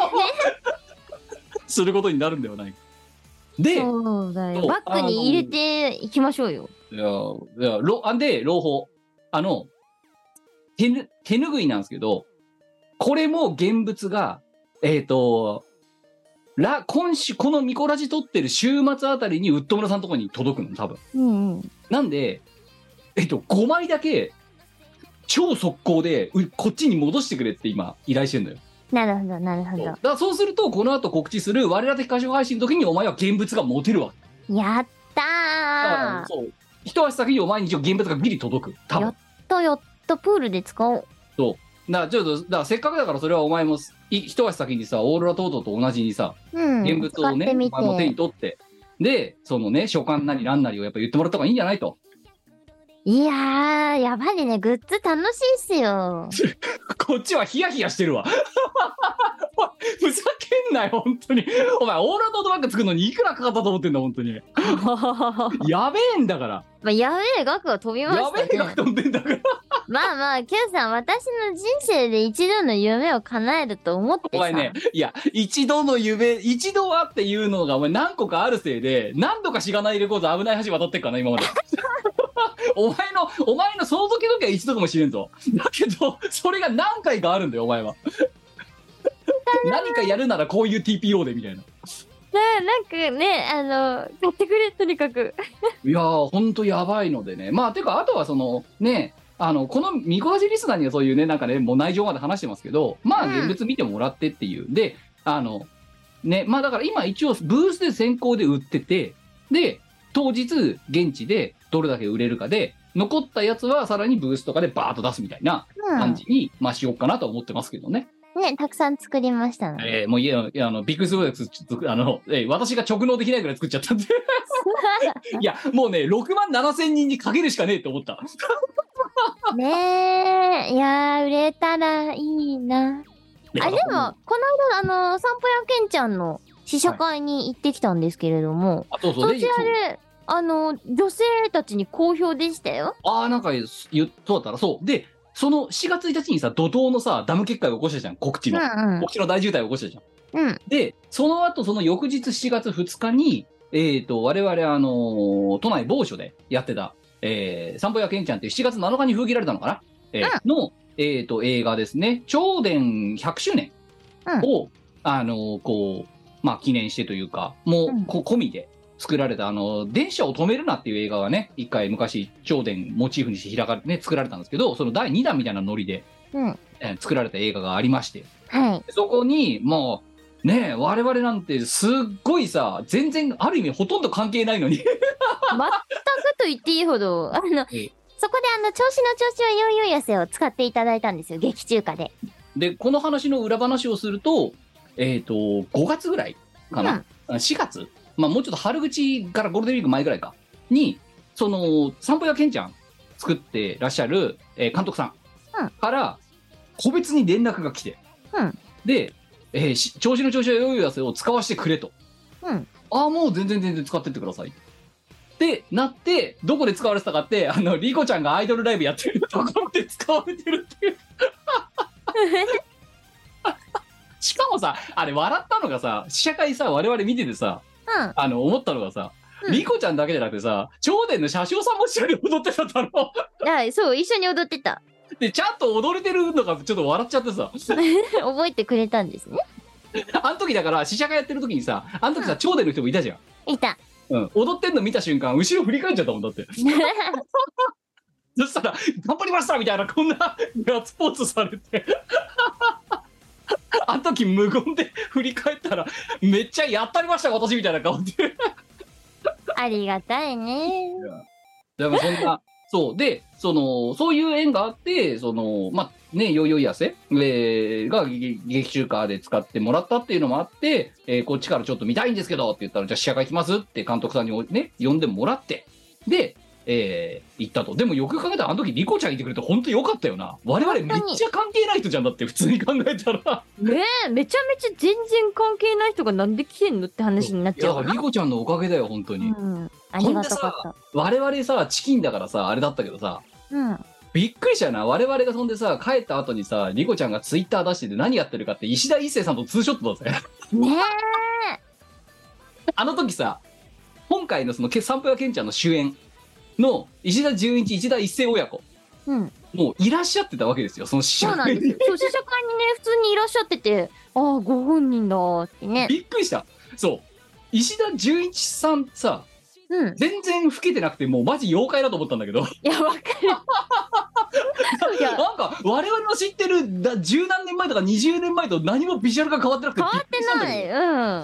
することになるんではないか。で、 そうだよ。 そうバッグに入れていきましょうよ。 いやいやろあんで朗報、あの手ぬ手ぬぐいなんですけど、これも現物がえっ、とら今週このミコラジ撮ってる週末あたりにウッド村さんのところに届くの多分。 うんうん。 なんでえっとごまいだけ超速攻でうこっちに戻してくれって今依頼してんだよ。 なるほど、なるほど。 そうだからそうするとこの後告知する我ら的歌唱配信の時にお前は現物が持てるわけやっただからー。 そう一足先にお前に一応現物がギリ届く多分やっとよっとプールで使おう。 そうだからちょっとだからせっかくだからそれはお前もい一足先にさオーロラトートと同じにさうん。 現物をね、 使ってみてお前も手に取ってでそのね書簡なりなんなりをやっぱ言ってもらった方がいいんじゃないと。 いやー、やっぱりね、グッズ楽しいっすよ。 こっちはヒヤヒヤしてるわふざけんなよ本当に。お前オーロラトートバッグ作るのにいくらかかったと思ってんだ本当に。やべえんだからまあ、やべえ額が飛びまやべしたね。 え額飛んでんだからまあまあ、キュンさん、私の人生で一度の夢を叶えると思ってさ。 お前ね、いや、一度の夢、一度はっていうのがお前何個かあるせいで、何度かしがないレコード危ない橋渡ってっからな、今まで。お前の、お前のその時々は一度かもしれんぞ。だけど、それが何回かあるんだよ、お前は。何かやるならこういう ティーピーオー でみたいな。 ねなんかね、あの、買ってくれ、とにかく。 いやー、ほんとやばいのでね。まあ、てか、あとはその、ね、あの、このミコラジリスナーにはそういうね、なんかね、もう内情まで話してますけど、まあ、 うん現物見てもらってっていう。で、あの、ね、まあだから今一応ブースで先行で売ってて、で、当日現地でどれだけ売れるかで、残ったやつはさらにブースとかでバーッと出すみたいな感じに、まあしようかなと思ってますけどね。 うん。ね、たくさん作りましたので。 えーもういや、いやあの、ビッグスローでつつあの、えー私が直納できないぐらい作っちゃったんで。いや、もうね、ろくまんななせんにんにかけるしかねえって思った。 ねえ、いやー、売れたらいいな。あ、でも、この間、あの、散歩やけんちゃんの試写会に行ってきたんですけれども、 あ、そうそう。 そでちらで、あの、女性たちに好評でしたよ。 ああ、なんか言う、そうだったら、そう。で、そのしがつついたちにさ、怒涛のさ、ダム決壊を起こしたじゃん、告知の。 うんうん告知の大渋滞を起こしたじゃん。 うん。 で、その後、その翌日しがつふつかに、えっ、と、我々、あのー都内某所でやってた、えー、散歩やけんちゃんっていうしちがつなのかに封切られたのかな、えーの、えっ、と、映画ですね、超電ひゃくしゅうねんを、あのーこう、まあ、記念してというか、もう、 うんこ込みで作られた、あのー電車を止めるなっていう映画がね、一回昔、超電モチーフにして開かれ、ね、作られたんですけど、そのだいにだんみたいなノリで、 うん。 えー作られた映画がありまして、 はい。 そこに、もう、ねえ、我々なんてすっごいさ、全然、ある意味ほとんど関係ないのに。 全くと言っていいほど、あの、 ええそこであの、調子の調子はよいよいやせを使っていただいたんですよ、劇中歌で。 で、この話の裏話をすると、えっ、と、ごがつぐらいかな、しがつ、まあもうちょっと春口からゴールデンウィーク前ぐらいか、に、その、散歩やけんちゃん作ってらっしゃる、えー監督さうんんから、個別に連絡が来て、 うんで、えーし調子の調子はよいよいやせを使わせてくれと。 うん。 ああ、もう全然全然使ってってください。ってなって、どこで使われてたかって、あの、リコちゃんがアイドルライブやってるところで使われてるっていう。しかもさ、あれ笑ったのがさ、試写会さ、我々見ててさ、 うん。 あの、思ったのがさ、 うんリコちゃんだけじゃなくてさ、超電の車掌さんも一緒に踊ってただろ。 はい、そう、一緒に踊ってた。 で、ちゃんと踊れてるのがちょっと笑っちゃってさ、 覚えてくれたんですね。 あの時だから試写会やってる時にさ、あの時さ、超電の人もいたじゃん。 いた。 うん、踊ってんの見た瞬間、後ろ振り返っちゃったもんだって。そしたら、頑張りましたみたいな、こんなガッツポーズされて。あの時無言で振り返ったら、めっちゃやったりました私みたいな顔で。 ありがたいね。 でもそんな、そう。で、その、そういう縁があって、その、まあ、ね、よいよいやせ、えーが劇劇中歌で使ってもらったっていうのもあって、えーこっちからちょっと見たいんですけどって言ったら、じゃあ試写会行きますって監督さんにね、呼んでもらって、で、えー行ったと。でもよく考えたらあの時リコちゃんいてくれて本当によかったよな。我々めっちゃ関係ない人じゃんだって普通に考えたら。 ねえ、めちゃめちゃ全然関係ない人がなんで来てんのって話になっちゃうわな。 いやリコちゃんのおかげだよ本当に。 うん。 ありがたかった。 我々さチキンだからさあれだったけどさ、 うん。 びっくりしたよな。我々がそんでさ帰った後にさリコちゃんがツイッター出してて何やってるかって石田一生さんとツーショットだぜ。 ねあの時さ今回のその散歩屋ケンちゃんの主演の石田純一石田一生親子え。うん。 もういらっしゃってたわけですよ、その試写そうなんですよ。そう、試写会にね、普通にいらっしゃってて、ああ、ご本人だーってね。 びっくりした。そう石田純一さんさうん。 全然老けてなくてもうマジ妖怪だと思ったんだけどいや、わかる。いやなんか我々の知ってるだ十何年前とかにじゅうねんまえと何もビジュアルが変わってなくて変わってない。うん。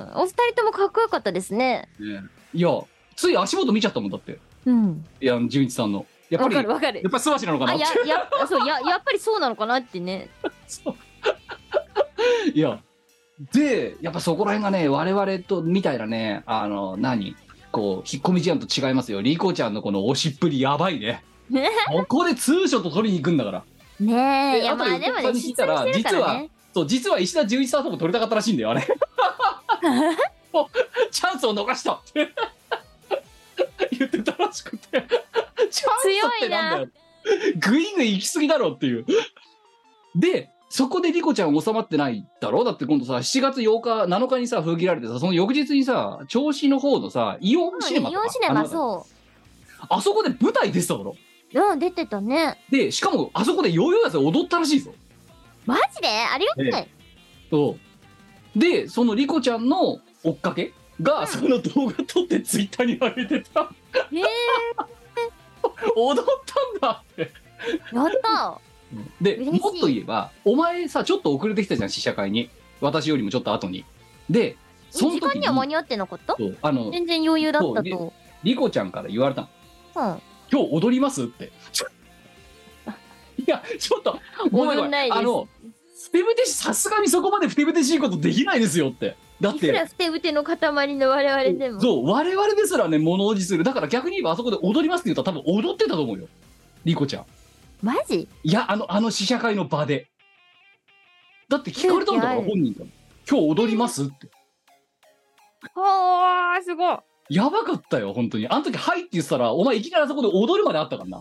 お二人ともかっこよかったですね。 びっくりしたんだけど、ね、いやつい足元見ちゃったもんだって。 うん。 いや純一さんのやっぱわりかるわかるやっ。ぱり素足なのかなあ、 ってや、や、そう、や、やっぱりそうなのかなってね。 そういやでやっぱそこら辺がね我々とみたいなねあの何こう引っ込み思案と違いますよ。リコちゃんのこの押しっぷりやばいね。 ねここでツーショット取りに行くんだから。 ねえ。いや、 で後でまあでもね、 お客さんに聞いたら出演してるからね。 そう実は石田純一さんとも撮りたかったらしいんだよあれもうチャンスを逃したって言ってたらしくてチャンスってなんだよグイグイ行き過ぎだろっていうでそこでリコちゃん収まってないだろ。だって今度さしちがつようかなのかにさ封切られてさその翌日にさ銚子の方のさイオンシネマとかイオンシネマ、 あのそあそこで舞台出てただろ。 う。うん、出てたね。 でしかもあそこでヨーヨーやつ踊ったらしいぞ。 マジでありがたい。 そうでそのリコちゃんの追っかけが、 うんその動画撮ってツイッターに上げてた。 へえ。 踊ったんだって。 やったで嬉しいもっと言えばお前さちょっと遅れてきたじゃん試写会に。私よりもちょっと後に。でその時時間には間に合ってなかったそうあの全然余裕だったそと。 リコちゃんから言われたの。 うん。 今日踊りますっていやちょっとごめんごめ踊んないですあのふてぶてしさすがにそこまでふてぶてしいことできないですよって。だっいくらてふてぶての塊の我々でも。 そう我々ですらね物おじする。だから逆に言えばあそこで踊りますって言ったら多分踊ってたと思うよリコちゃん。 マジいやあのあの試写会の場でだって聞かれたんだから勇気ある本人から今日踊りますってはあ、すごい。 やばかったよ本当に。あの時「はい」って言ってたらお前いきなりあそこで踊るまであったからな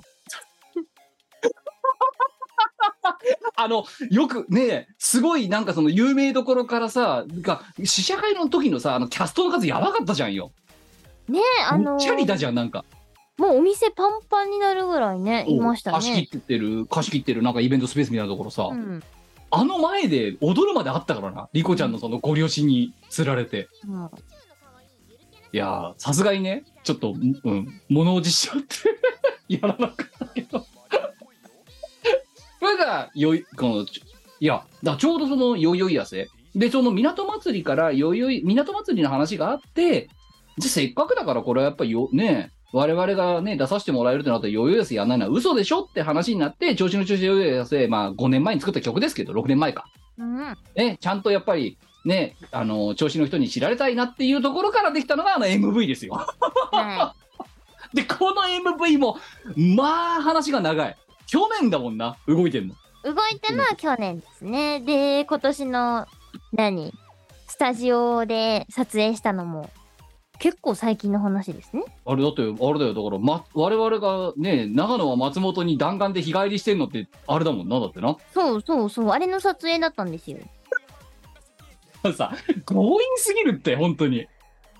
あのよくねすごいなんかその有名どころからさが試写会の時のさあのキャストの数やばかったじゃんよ。 ねえ、あのーチャリだじゃんなんかもうお店パンパンになるぐらいね、いましたね。 貸し切ってる貸し切ってるなんかイベントスペースみたいなところさ、 うん。 あの前で踊るまであったからなリコちゃんのそのご両親につられて。 うんいやーさすがにねちょっとうん物おじしちゃってやらなかったけどこれがよいこのいやだちょうどそのよいよいやせでその港祭りからよいよい港祭りの話があってじゃせっかくだからこれはやっぱりよね我々がね出させてもらえるってなったらよいよいやせやんないのは嘘でしょって話になって調子の調子でよいよいやせまあごねんまえに作った曲ですけどろくねんまえかうん。 ねちゃんとやっぱりねあの調子の人に知られたいなっていうところからできたのがあの エムブイ ですよはでこの エムブイ もまあ話が長い。去年だもんな動いてんの。 い。動いたのは去年ですね。で、今年の、何スタジオで撮影したのも、結構最近の話ですね。 あれだってあれだよだから、ま、我々がね長野は松本に弾丸で日帰りしてんのってあれだもんなだってな。 そうそうそう。あれの撮影だったんですよ。 さ強引すぎるって本当に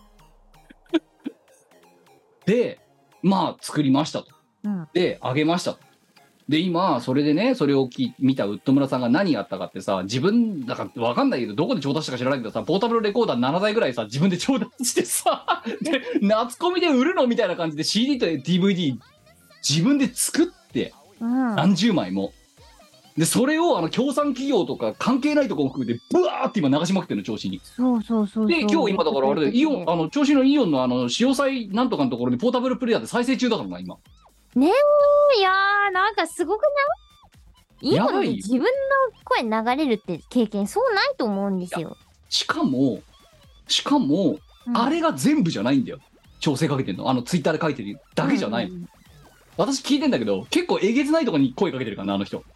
でまあ作りましたと。 うん。 であげましたと。で今それでねそれをき見たウッド村さんが何やったかってさ自分だから分かんないけどどこで調達したか知らないけどさポータブルレコーダーななだいぐらいさ自分で調達してさで夏コミで売るのみたいな感じで シーディー と ディーブイディー 自分で作ってうん。 何十枚もでそれをあの協賛企業とか関係ないところも含めてブワーって今流しまくってるの調子に。 そうそうそうそう。 で今日今だからあれでイオンあの調子のイオンのあの潮騒なんとかのところにポータブルプレイヤーで再生中だからな今。 ねえ、いやー、なんかすごくないイオンやばいよで自分の声流れるって経験そうないと思うんですよ。 しかもしかも、 うんあれが全部じゃないんだよ調整かけてんのあのツイッターで書いてるだけじゃない、 うんうん私聞いてんだけど結構えげつないとこに声かけてるからなあの人。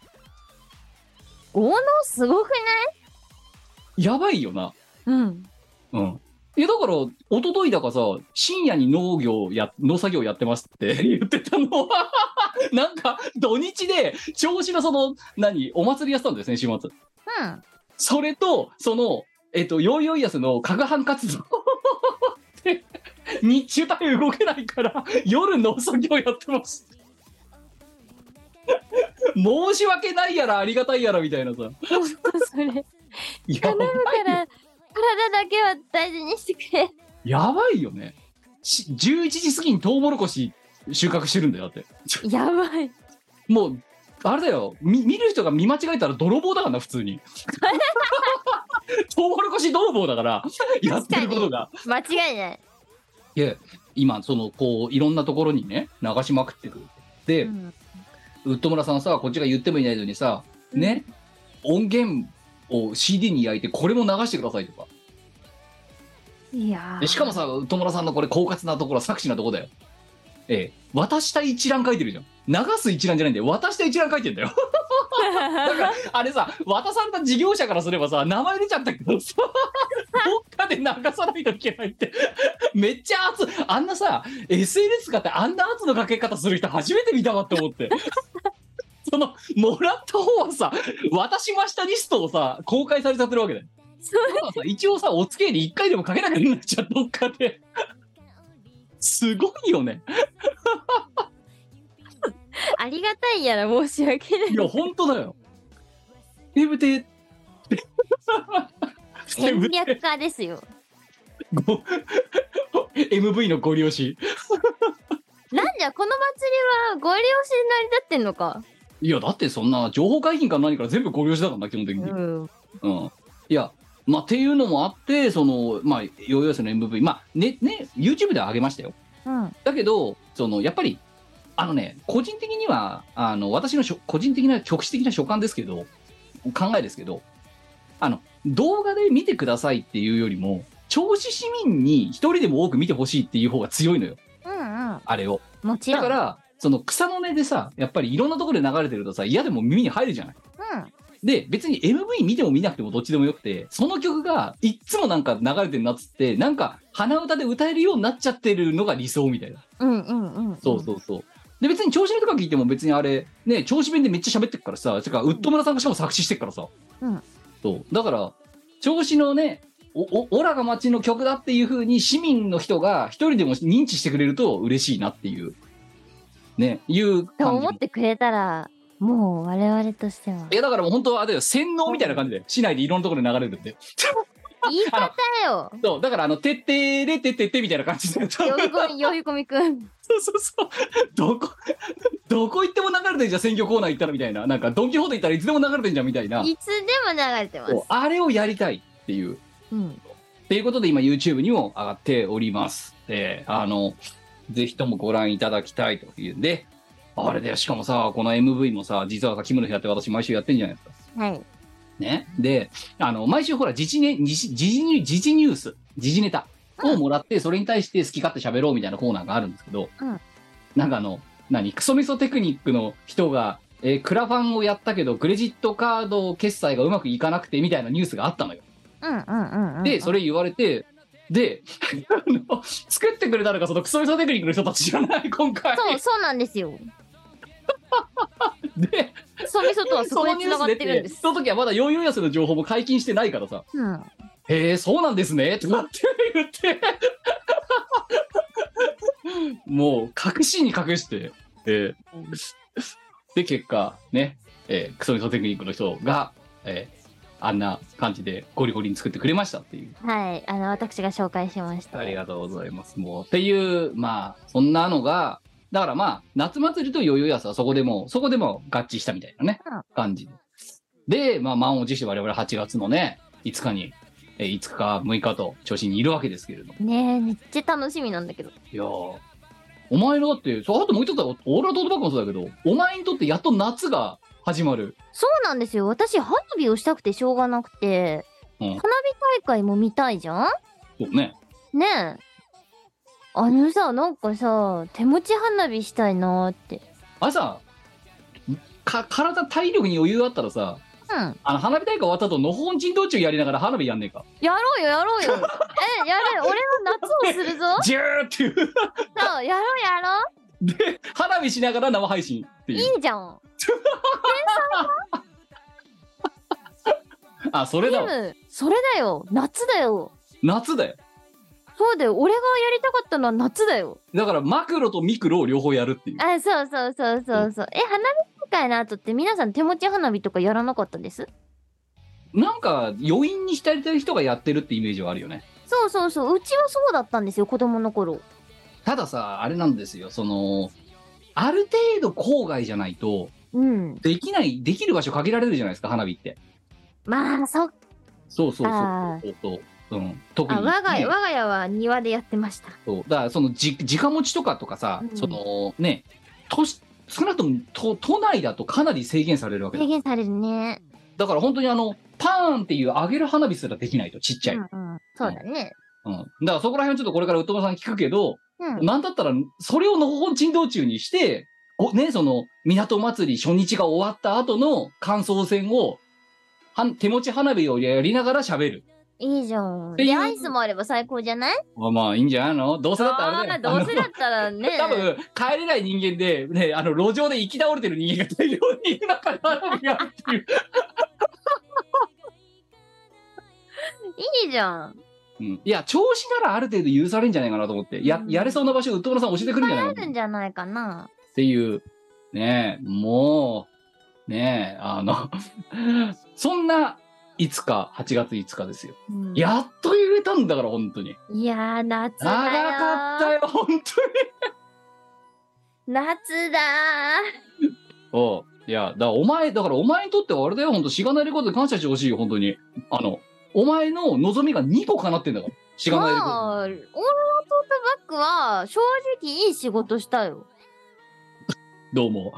効能すごくやばいよな。 ないうん。 うんいやだから一昨日だかさ、深夜に農業や農作業やってますって言ってたのはなんか土日で銚子のその何お祭りやってたんですね、週末。 うんそれとそのえっとヨーヨーイヤスの加賀藩活動で日中だけ動けないから夜農作業やってます申し訳ないやらありがたいやらみたいなさ。 ほんとそれや頼むから体だけは大事にしてくれ。 やばいよね。しじゅういちじ過ぎにトウモロコシ収穫してるんだよ。だってやばい。 もうあれだよ、見見る人が見間違えたら泥棒だからな、普通にトウモロコシ泥棒だからやってることが間違いない。 いや今そのこういろんなところにね流しまくってくるで、うん、ウッド村さんさ、こっちが言ってもいないのにさ、うん、ね音源を シーディー に焼いてこれも流してくださいとか。 いやでしかもさ、ウッド村さんのこれ狡猾なところ、作詞なとこだよ。ええ、渡した一覧書いてるじゃん。流す一覧じゃないんだよ、渡した一覧書いてんだよだからあれさ、渡された事業者からすればさ、名前出ちゃったけどさどっかで流さないといけないってめっちゃ圧、あんなさ エスエヌエス 使ってあんな圧のかけ方する人初めて見たわって思ってそのもらった方はさ、渡しましたリストをさ公開されちゃってるわけだよ。だからさ、一応さ、お付き合いでいっかいでもかけなきゃいけないじゃん、どっかですごいよねありがたいやら申し訳ない。 いや本当だよ。ふてぶて戦略家ですよエムブイ のご利用しなんじゃこの祭りはご利用しで成り立ってんのか。 いやだってそんな情報解禁から何から全部ご利用しだからな、基本的に。うん、うん、いやまあっていうのもあって、そのまあヨーヨーヨスの エムブイ まあねね YouTube では上げましたよ、うん、だけどそのやっぱりあのね、個人的にはあの私の個人的な局地的な所感ですけど、考えですけど、あの動画で見てくださいっていうよりも銚子市民に一人でも多く見てほしいっていう方が強いのよ、うんうん、あれを。 もちろんだからその草の根でさ、やっぱりいろんなところで流れてるとさ、嫌でも耳に入るじゃない、うん、で別に エムブイ 見ても見なくてもどっちでもよくて、その曲がいっつもなんか流れてるなっつって、なんか鼻歌で歌えるようになっちゃってるのが理想みたいな。 うんうんうん、うん、 そうそうそう。で別に調子のとか聞いても別にあれね、調子弁でめっちゃ喋ってっからさ、てかウッド村さんがしかも作詞してっからさ、うん、そうだから調子のね、おおオラが街の曲だっていう風に市民の人が一人でも認知してくれると嬉しいなっていうね、いう感じ。 と思ってくれたらもう我々としては。 いやだからもう本当はあれだよ、洗脳みたいな感じで市内でいろんなところで流れるんで言い方よそうだからあのてってれてってってみたいな感じで呼び込み呼び込みくんそうそうそうどこどこ行っても流れてんじゃん、選挙コーナー行ったらみたいな、なんかドンキホーテ行ったらいつでも流れてんじゃんみたいな、 いつでも流れてます。 あれをやりたいっていう、うん、っていうことで今 YouTube にも上がっております。であのぜひともご覧いただきたいというんで、あれでしかもさ、この エムブイ もさ、実はさキムの日やって私毎週やってんじゃないですか。はいね、であの毎週ほら時事、ね、時事時事ニュース時事ネタをもらって、それに対して好き勝手喋ろうみたいなコーナーがあるんですけど、うん、なんかあの何クソミソテクニックの人が、えー、クラファンをやったけどクレジットカード決済がうまくいかなくてみたいなニュースがあったのよ。でそれ言われて、で作ってくれたのがそのクソミソテクニックの人たちじゃない今回。 そうそうなんですよでクソミソとはそこで繋がってるんです。 その時はまだヨーヨーヤスの情報も解禁してないからさ、うん、へえそうなんですねってなって言ってもう隠しに隠して、えー、で結果ね、えー、クソミソテクニックの人が、えー、あんな感じでゴリゴリに作ってくれましたっていう。 はい、あの私が紹介しました。 ありがとうございます。もうっていうまあそんなのがだからまあ夏祭りとヨーヨーヤスはそこでもそこでも合致したみたいなね、うん、感じで、まあ満を持して我々はちがつのねいつかに、えー、いつかかむいかと銚子にいるわけですけれどもねえ、めっちゃ楽しみなんだけど。 いやーお前のだってそうあともう一つはオーラトートバッグもそうだけど、お前にとってやっと夏が始まる。 そうなんですよ。私花火をしたくてしょうがなくて、うん、花火大会も見たいじゃん。 そうね。 ねえ、あのさ、なんかさ手持ち花火したいなーって。 あれさか体体力に余裕あったらさうん。 あの花火大会終わった後のほほん珍道中やりながら花火やんねえか。 やろうよ、やろうよ。え、やる。俺は夏をするぞ。 ジューっていうそう、やろう、やろで花火しながら生配信ってう。 いう。 いいじゃん。 あ、それだわ。 キム、それだよ。夏だよ。 夏だよ。 そうだよ。俺がやりたかったのは夏だよ。 だからマクロとミクロを両方やるっていう。 あ、そうそうそうそうそう。え、花火大会の後って皆さん手持ち花火とかやらなかったです？ なんか余韻に浸りたい人がやってるってイメージはあるよね。 そうそうそう。うちはそうだったんですよ、子供の頃。 たださ、あれなんですよ。そのある程度郊外じゃないとうん。 できないできる場所限られるじゃないですか、花火って。 まあ、そっそうそうそうあそうそう。うん、特あ、 に、 我が家、 ね、 我が家は庭でやってました。 そうだからそのじ直持ちとかとかさ、 うんそのね都市少なくとも都都内だとかなり制限されるわけだ。 制限されるね。 だから本当にあのパーンっていう上げる花火すらできないと、ちっちゃい。 うんうん。そうだね。 うん、だからそこら辺はちょっとこれからウッドバさん聞くけど、 うん。 なんだったらそれをのほほん珍道中にしておね、その港祭り初日が終わった後の感想戦をは手持ち花火をやりながら喋る。 いいじゃん。 ていうで、アイスもあれば最高じゃない？ まあまあいいんじゃないの。どうせだったらあれだよ。 あーどうせだったらね。 多分帰れない人間で、ね、あの路上で行き倒れてる人間が大量にいる中で花火があるっていう。 いいじゃん。 うん、いや調子ならある程度許されるんじゃないかなと思って、やうんやれそうな場所ウッド村さん教えてくれるんじゃないあかなるんじゃないかな。 っていうねえ、もうねえ、あのそんないつかはちがついつかですよ、 うん、 やっと言えたんだから本当に。 いやー、夏だよ。 長かったよ本当に。 夏だー。 おういやだからお前だからお前にとってはあれだよ、本当しがないレコードで感謝してほしいよ本当に。あのお前の望みがにこ叶ってんだから、しがないレコード。 まあ、オールトートバッグは正直いい仕事したよ。 どうも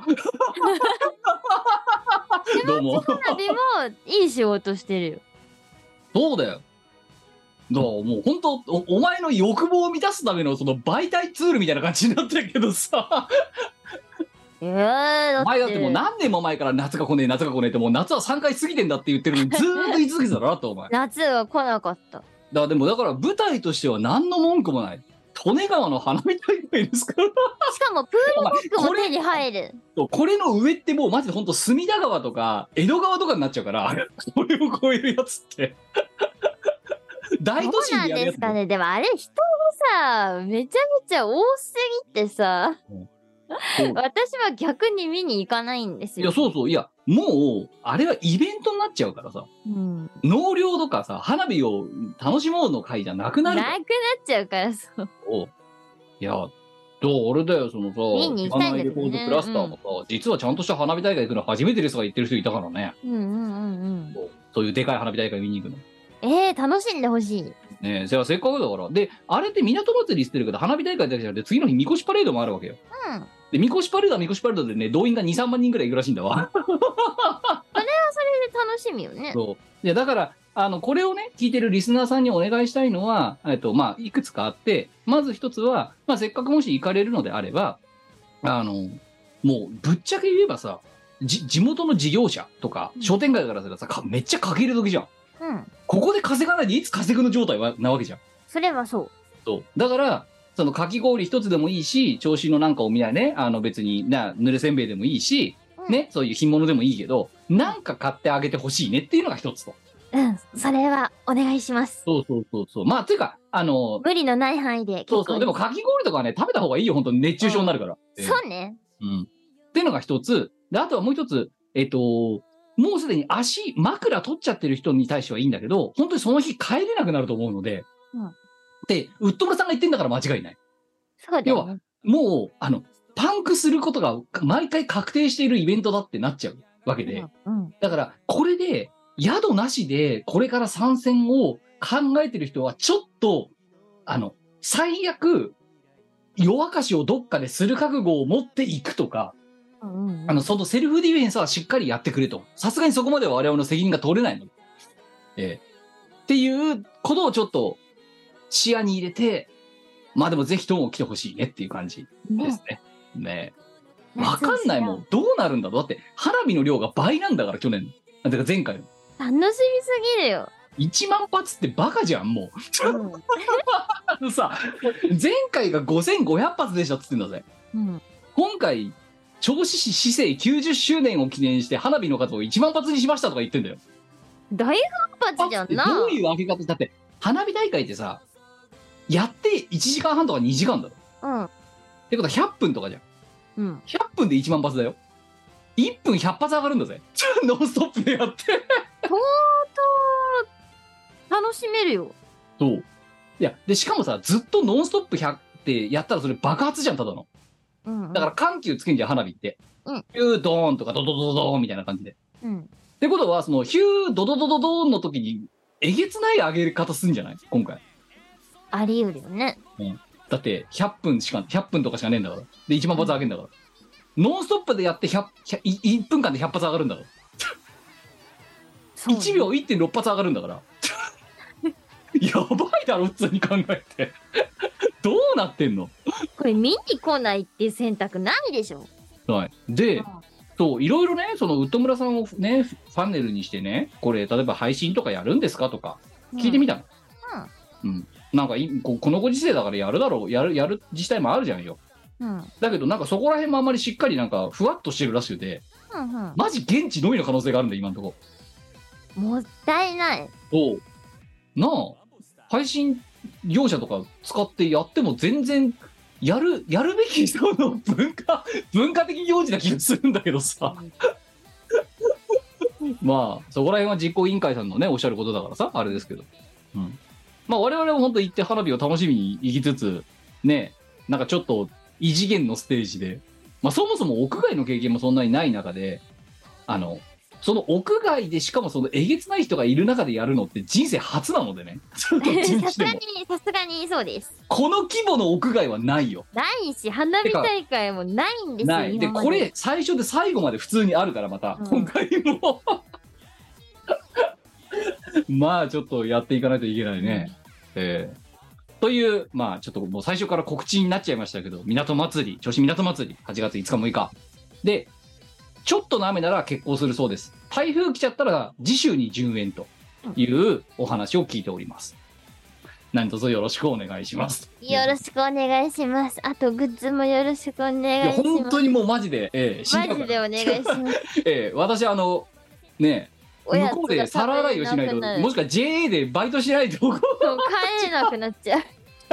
どうも。 花火もいい仕事してるよ。 そうだよ。だからもう本当 お, お前の欲望を満たすためのその媒体ツールみたいな感じになってるけどさ。 えー、だってお前だってもう何年も前から夏が来ねえ夏が来ねえって、もう夏はさんかい過ぎてんだって言ってるのにずーっと言い続けてたなってお前。だか夏は来なかった。 らでもだから舞台としては何の文句もない。利根川の花火大会ですから。 しかもプールバッグも手に入る。 これの上ってもうマジで本当隅田川とか江戸川とかになっちゃうから、これを超えるやつって大都市そうなんにやるやつですかね。でもあれ人がさ、めちゃめちゃ多すぎてさ、 そう私は逆に見に行かないんですよ。 いやそうそういやもうあれはイベントになっちゃうからさ、 うん、 納涼とかさ花火を楽しもうの会じゃなくなるから。 なくなっちゃうからそう。 いやどうあれだよそのさ、 見に行きたいんですよねレコードクラスターもさ、うん、実はちゃんとした花火大会行くの初めてですとか言ってる人いたからね。 うんうんうんうん。 そうそういうでかい花火大会見に行くの。 えー、楽しんでほしい。 ねえ、じゃあせっかくだから。で、あれって港祭りしてるけど、花火大会だけじゃなくて、次の日、みこしパレードもあるわけよ。 うん。 で、みこしパレードはみこしパレードでね、動員がに、さんまんにんぐらいいるらしいんだわ。 それはそれで楽しみよね。 そう。いや、だから、あの、これをね、聞いてるリスナーさんにお願いしたいのは、えっと、まあ、いくつかあって、まず一つは、まあ、せっかくもし行かれるのであれば、あの、もう、ぶっちゃけ言えばさ、じ、地元の事業者とか、商店街からすればさ、かめっちゃ稼げる時じゃん。 うん。 ここで稼がないでいつ稼ぐの状態はなわけじゃん。 それはそう。 そうだからそのかき氷一つでもいいし、調子のなんかを見ないね、あの別になぬれせんべいでもいいし、 うん、 ね、そういう品物でもいいけど、なんか買ってあげてほしいねっていうのが一つと。 うん、それはお願いします。 そうそうそうそう。まあていうかあの無理のない範囲で結構。 そうそう。でもかき氷とかはね食べた方がいいよ、本当に熱中症になるから。 うん、そうね。 うん。っていうのが一つ。であとはもう一つ、えっともうすでに足枕取っちゃってる人に対してはいいんだけど、本当にその日帰れなくなると思うので。 うん。 でウッド村さんが言ってんだから間違いない。 そうだよね。 もうあのパンクすることが毎回確定しているイベントだってなっちゃうわけで、 うんうん、 だからこれで宿なしでこれから参戦を考えてる人はちょっとあの最悪夜明かしをどっかでする覚悟を持っていくとか、うんうんうん、あのそのセルフディフェンスはしっかりやってくれと。さすがにそこまでは我々の責任が取れないので、えー、っていうことをちょっと視野に入れて、まあでもぜひとも来てほしいねっていう感じですね。ねえ。わかんないもん。どうなるんだろう。だって花火の量が倍なんだから去年。 あてか前回の楽しみすぎるよ。 いちまん発ってバカじゃんもう。 うん。 あのさ、前回がごせんごひゃく発でしたっつってんだぜ。 うん。 今回銚子市市政きゅうじゅっしゅうねんを記念して花火の数をいちまん発にしましたとか言ってんだよ。 大反発じゃんな。 どういう開け方だって、花火大会ってさ、やっていちじかんはんとかにじかんだろ。 うん。 ってことはひゃっぷんとかじゃん。 うん。 ひゃっぷんでいちまん発だよ。いっぷんひゃく発上がるんだぜ。ノンストップでやって。 とうとう楽しめるよ。 そう。いや、で、しかもさ、ずっとノンストップひゃくってやったらそれ爆発じゃん、ただの。 うん、うん。 だから緩急つけんじゃん、花火って。 うんヒュードーンとかドドドドドーンみたいな感じで。 うん。 ってことは、そのヒュードドドドドーンの時に、えげつない上げ方すんじゃない今回。 あり得るよね。 だってひゃっぷんしか、ひゃっぷんとかしかねえんだから。で、いちまん発上げんだから。ノンストップでやってひゃく、いっぷんかんでひゃく発上がるんだから。 そうねいちびょういってんろく発上がるんだから。やばいだろ、普通に考えて。どうなってんの？ これ見に来ないっていう選択ないでしょ。 はい。で、そういろいろね、そのウッド村さんをねファンネルにしてね、これ例えば配信とかやるんですかとか聞いてみたの。うん。うん、なんかいここのご時世だからやるだろう、やるやる自治体もあるじゃんよ。 うん。うん。 だけどなんかそこら辺もあんまりしっかりなんかふわっとしてるらしくて、 うん。 マジ現地のみの可能性があるんだ今のとこもったいない。 ろ。そうなあ、配信業者とか使ってやっても全然やるやるべきその文化文化的行事な気がするんだけどさ。まあそこら辺は実行委員会さんのねおっしゃることだからさあれですけど、うん、まあ我々も本当行って花火を楽しみに行きつつね、なんかちょっと異次元のステージで、まあそもそも屋外の経験もそんなにない中で、あのその屋外でしかもそのえげつない人がいる中でやるのって人生初なのでね。どっちにさしてもすがに、さすがにそうです。 この規模の屋外はないよ。 ないし、花火大会もないんですよ。 ないで今までこれ最初で最後まで普通にあるからまた、 うん今回もまあちょっとやっていかないといけないね、えー、というまあちょっともう最初から告知になっちゃいましたけど、港祭り銚子港祭りはちがついつかむいかでちょっとの雨なら決行するそうです。台風来ちゃったら次週に順延というお話を聞いております。何卒よろしくお願いします。 よろしくお願いします。あとグッズもよろしくお願いいやします。 本当にもうマジで、えー、 マジでお願いします。 えー、私あのねおやつ向こうで皿洗いをしないと、 が食べれなくなるもしくは ジェーエー でバイトしないとそう帰れなくなっちゃう。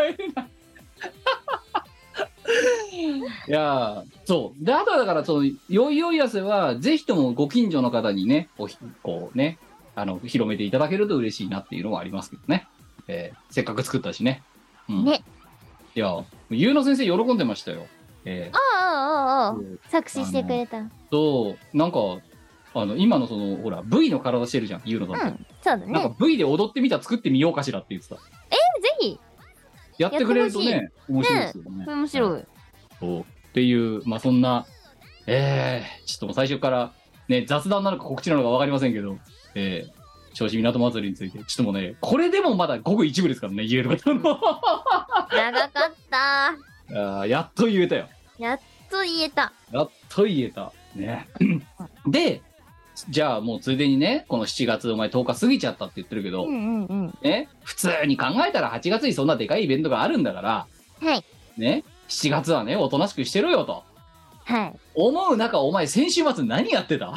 いやーそうで、あとはだからそのよいよいやせはぜひともご近所の方にねおひこうねあの広めていただけると嬉しいなっていうのもありますけどね、えー、せっかく作ったしね、うん、 ね。 いやゆうの先生喜んでましたよ、えー、 ああああああうん作詞してくれた。うん、 そうなんかあの今のそのほら V の体してるじゃんゆうのさんって、 そうだなんかね。 V で踊ってみた作ってみようかしらって言ってた。 ぜひやってくれるとね面白いですよね。 面白い。 そうっていうまあそんなえー、ちょっともう最初からね雑談なのか告知なのか分かりませんけど、えー、銚子港祭りについてちょっともうねこれでもまだごく一部ですからね言えることの長かったあーやっと言えたよ。 やっと言えた。 やっと言えたね。でじゃあもうついでにねこのしちがつお前とおか過ぎちゃったって言ってるけど、 うんうんうん。 ね普通に考えたらはちがつにそんなでかいイベントがあるんだからはいねしちがつはねおとなしくしてろよとはい。 思う中お前先週末何やってた？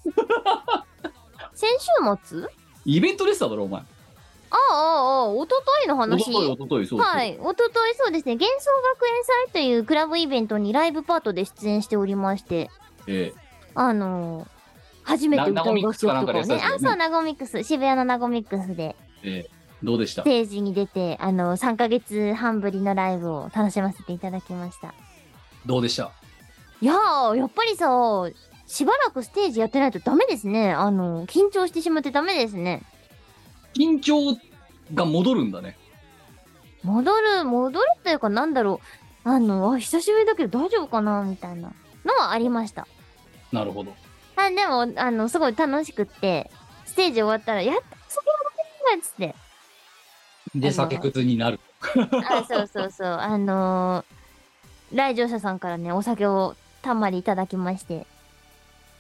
先週末？ イベントでしただろお前。 ああああ一昨日のお話。 とといおとといそうそう、 はい、一昨日そうですね、幻想学園祭というクラブイベントにライブパートで出演しておりまして、 えあのー、初めて歌う楽曲とかをね、あ、そう、ナゴミックス、渋谷のナゴミックスでえええどうでしたステージに出て、あのー、さんかげつはんぶりのライブを楽しませていただきました。 どうでした？ いやー、やっぱりさ、しばらくステージやってないとダメですね。あのー、緊張してしまってダメですね。 緊張が戻るんだね。 戻る、戻るというかなんだろう。あの、あ、久しぶりだけど大丈夫かなみたいなのはありました。 なるほど。 あ、でも、あの、すごい楽しくって、ステージ終わったら、やっと酒が飲めるんだっつって。 で、酒くずになる。 あ、そうそうそう。あのー、来場者さんからね、お酒をたんまりいただきまして。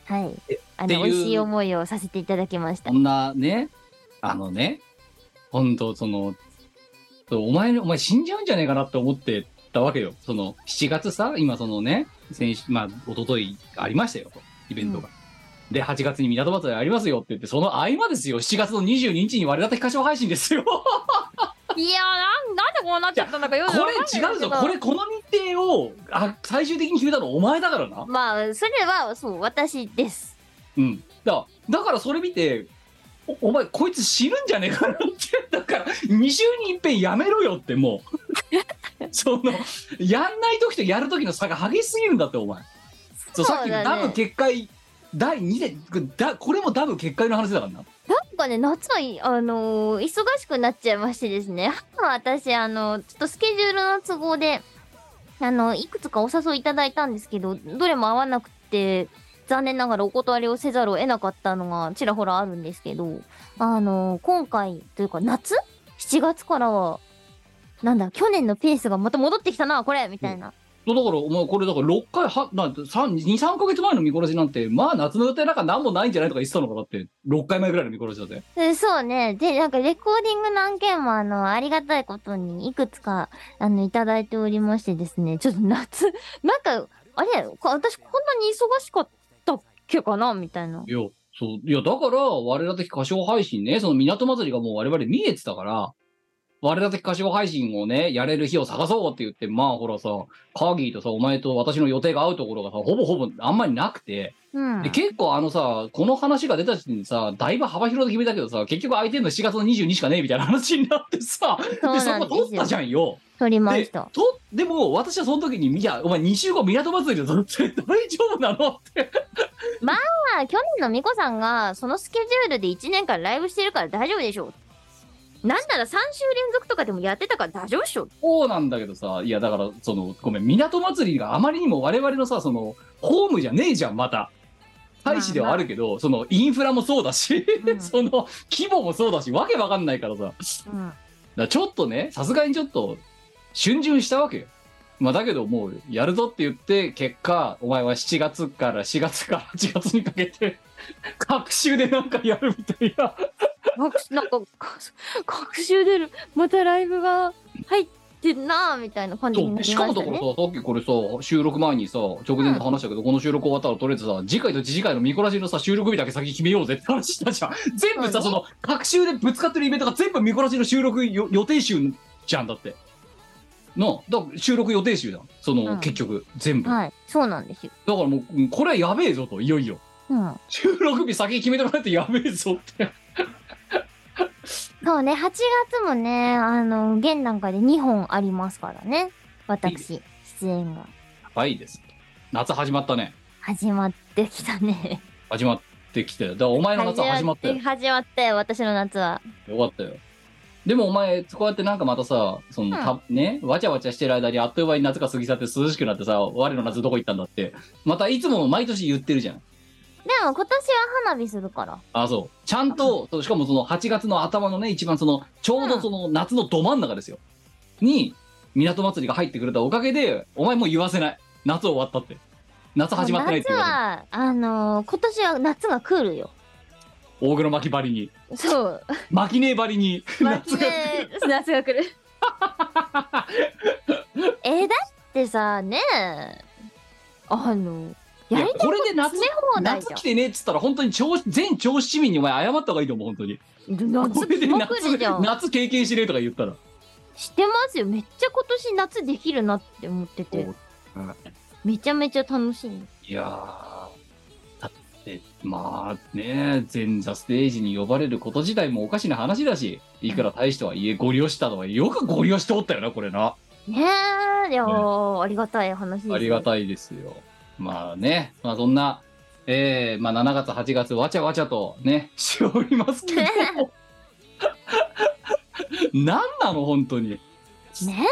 はいえあっていうの美味しい思いをさせていただきましたこんなね、あのね、ほんと、その、お前、お前死んじゃうんじゃねえかなって思ってたわけよ。その、しちがつさ、今そのね、先週、まあ、一昨日ありましたよ、イベントが。うん、で、はちがつに港祭りありますよって言って、その合間ですよ、しちがつのにじゅうににちに我ら的歌唱配信ですよ。 いやーなんなんでこうなっちゃったんだかよくこれわかんない違うぞ、これ、この日程をあ最終的に決めたのお前だからな。 まあそれはそう私です。 うん。だだからそれ見て、お, お前こいつ死ぬんじゃねえかなってだからに週に一遍やめろよってもうそのやんない時とやる時の差が激しすぎるんだってお前。そうさっきのダム決壊だいにでだこれもダム決壊の話だからな。 なんかね夏はあのー、忙しくなっちゃいましてですね私あのちょっとスケジュールの都合であのいくつかお誘いいただいたんですけどどれも合わなくて残念ながらお断りをせざるを得なかったのがちらほらあるんですけどあのー、今回というか夏しちがつからはなんだ去年のペースがまた戻ってきたなこれみたいな、 うん、だからお前これだからろっかいはなんてにさんかげつまえの見殺しなんてまあ夏の予定なんか何もないんじゃないとか言ってたのかだってろっかいまえぐらいの見殺しだぜ。 えそうねでなんかレコーディングの案件もあのありがたいことにいくつかあのいただいておりましてですねちょっと夏なんかあれ私こんなに忙しかったっけかなみたいな。 いやそういやだから我ら的歌唱配信ねその港祭りがもう我々見えてたから我ら的歌唱配信をねやれる日を探そうって言ってまあほらさカーギーとさお前と私の予定が合うところがさほぼほぼあんまりなくて、うん、で結構あのさこの話が出た時にさだいぶ幅広で決めたけどさ結局空いてんのしちがつのにじゅうにしかねえみたいな話になってさそうでそこ取ったじゃんよ。 取りました。 でとでも私はその時にいやお前に週後港祭りだぞって大丈夫なのってまあ去年のミコさんがそのスケジュールでいちねんかんライブしてるから大丈夫でしょう。なんならさん週連続とかでもやってたから大丈夫っしょ。 そうなんだけどさいやだからそのごめん港祭りがあまりにも我々のさそのホームじゃねえじゃんまた大使ではあるけど、まあまあ、そのインフラもそうだし、うん、その規模もそうだしわけわかんないからさ、うん、だからちょっとねさすがにちょっと逡巡したわけよ。まあだけどもうやるぞって言って結果お前はしちがつからしがつからはちがつにかけて隔週でなんかやるみたいななんか隔週でまたライブが入ってんなみたいな感じになりましたね。 しかもだからささっきこれさ収録前にさ直前で話したけど、うん、この収録終わったらとりあえずさ次回と次次回のミコラジのさ収録日だけ先決めようぜって話したじゃん。全部さ、ね、その隔週でぶつかってるイベントが全部ミコラジの収録予定週じゃんだってのだから収録予定週だその、うん、結局全部はいそうなんですよ。 だからもうこれはやべえぞといよいよ、うん、収録日先決めてもらってやべえぞってそうねはちがつもねあの現段階でにほんありますからね私出演が。 はいです夏始まったね。 始まってきたね始まってきてだからお前の夏は始まったよ。 始まったよ私の夏は。 よかったよ。でもお前こうやってなんかまたさその、うん、たねわちゃわちゃしてる間にあっという間に夏が過ぎ去って涼しくなってさ我の夏どこ行ったんだってまたいつも毎年言ってるじゃん。 でも今年は花火するから。 あそうちゃんと、うん、しかもそのはちがつの頭のね一番そのちょうどその夏のど真ん中ですよ、うん、に港祭りが入ってくれたおかげでお前もう言わせない夏終わったって夏始まってないって言われる。 夏はあのー、今年は夏が来るよ。 大黒巻き張りにそう巻きねえ張りに夏が夏が来るえだってさねえあのやりたいこれで夏夏来てねえっつったら本当に銚子全銚子市民にお前謝った方がいいと思う本当に。 夏来まくるじゃん。 夏経験しねえとか言ったら知ってますよ。めっちゃ今年夏できるなって思ってて、うん、めちゃめちゃ楽しい。 いやーだってまあね前座ステージに呼ばれること自体もおかしな話だしいくら大してはいえご利用したのはよくご利用しておったよなこれな。 ねえいや、ね、ありがたい話ですよ。 ありがたいですよ。まあねまあそんなえー、まあしちがつはちがつわちゃわちゃとねしておりますけど何なの本当にね。 いや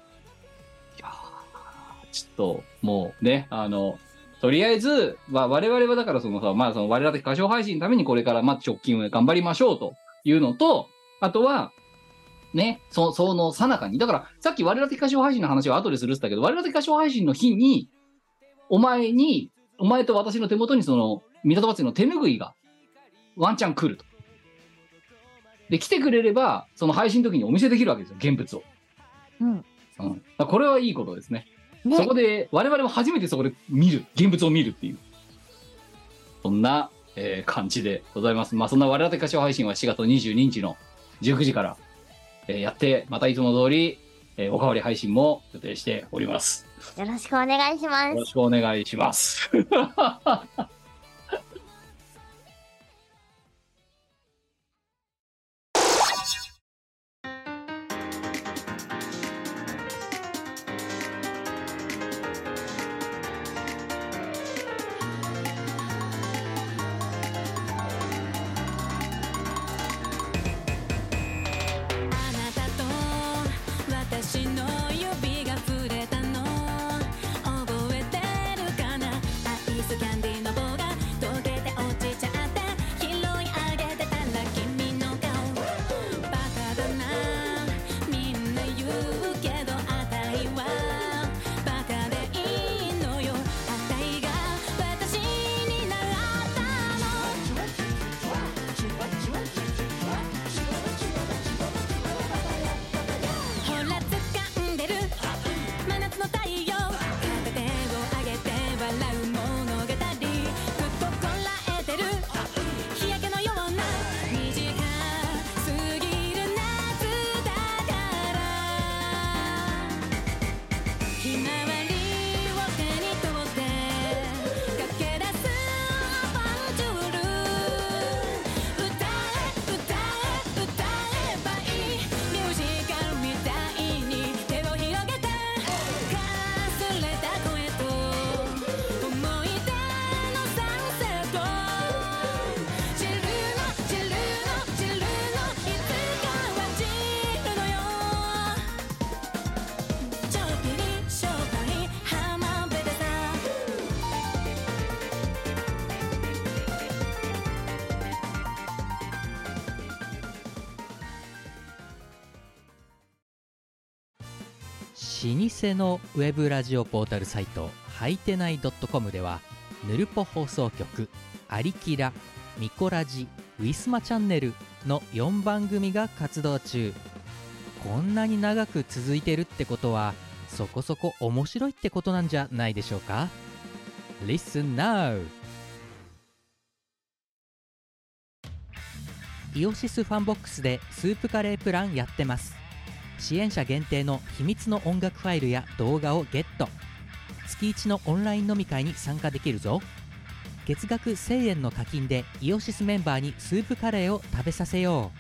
ちょっともうねあのとりあえず、まあ、我々はだからそのさ、まあ、その我々的歌唱配信のためにこれからまあ直近を頑張りましょうというのとあとはねそその最中にだからさっき我々的歌唱配信の話は後でするって言ったけど我々的歌唱配信の日にお前にお前と私の手元にその港祭りの手ぬぐいがワンチャン来ると。で来てくれればその配信の時にお見せできるわけですよ、現物を。 うん。 うん、これはいいことですね。 ね、 そこで我々も初めてそこで見る、現物を見るっていう、そんな、えー感じでございます。まあそんな我々歌唱配信はしがつにじゅうににちのじゅうくじから、えーやって、またいつも通り、えーおかわり配信も予定しております。 よろしくお願いします。 よろしくお願いします。 あなたと私の指が触れたの覚えてるかな。アイスキャンディーの棒が溶けて落ちちゃって拾い上げてたら君の顔バカだなみんな言うけどあたいはバカでいいのよ。あたいが私になったの。ほら掴んでる真夏の太陽片手を上げて笑う物語ふっとこらえてる日焼けのような短すぎる夏だからひまわりを手に取って駆け出すアバンチュール歌え歌え歌えばいいミュージカルみたいに手を広げてかすれた声と思い出のサンセット散るの散るの散るのいつかは散るのよ。ちょっぴりしょっぱい浜辺でさ老舗のウェブラジオポータルサイトはいてない .com ではぬるぽ放送局、アリキラ、ミコラジ、ウィスマチャンネルのよんばん組が活動中。こんなに長く続いてるってことはそこそこ面白いってことなんじゃないでしょうか。 Listen now! イオシスファンボックスでスープカレープランやってます。支援者限定の秘密の音楽ファイルや動画をゲット。月いちのオンライン飲み会に参加できるぞ。月額せんえんの課金でイオシスメンバーにスープカレーを食べさせよ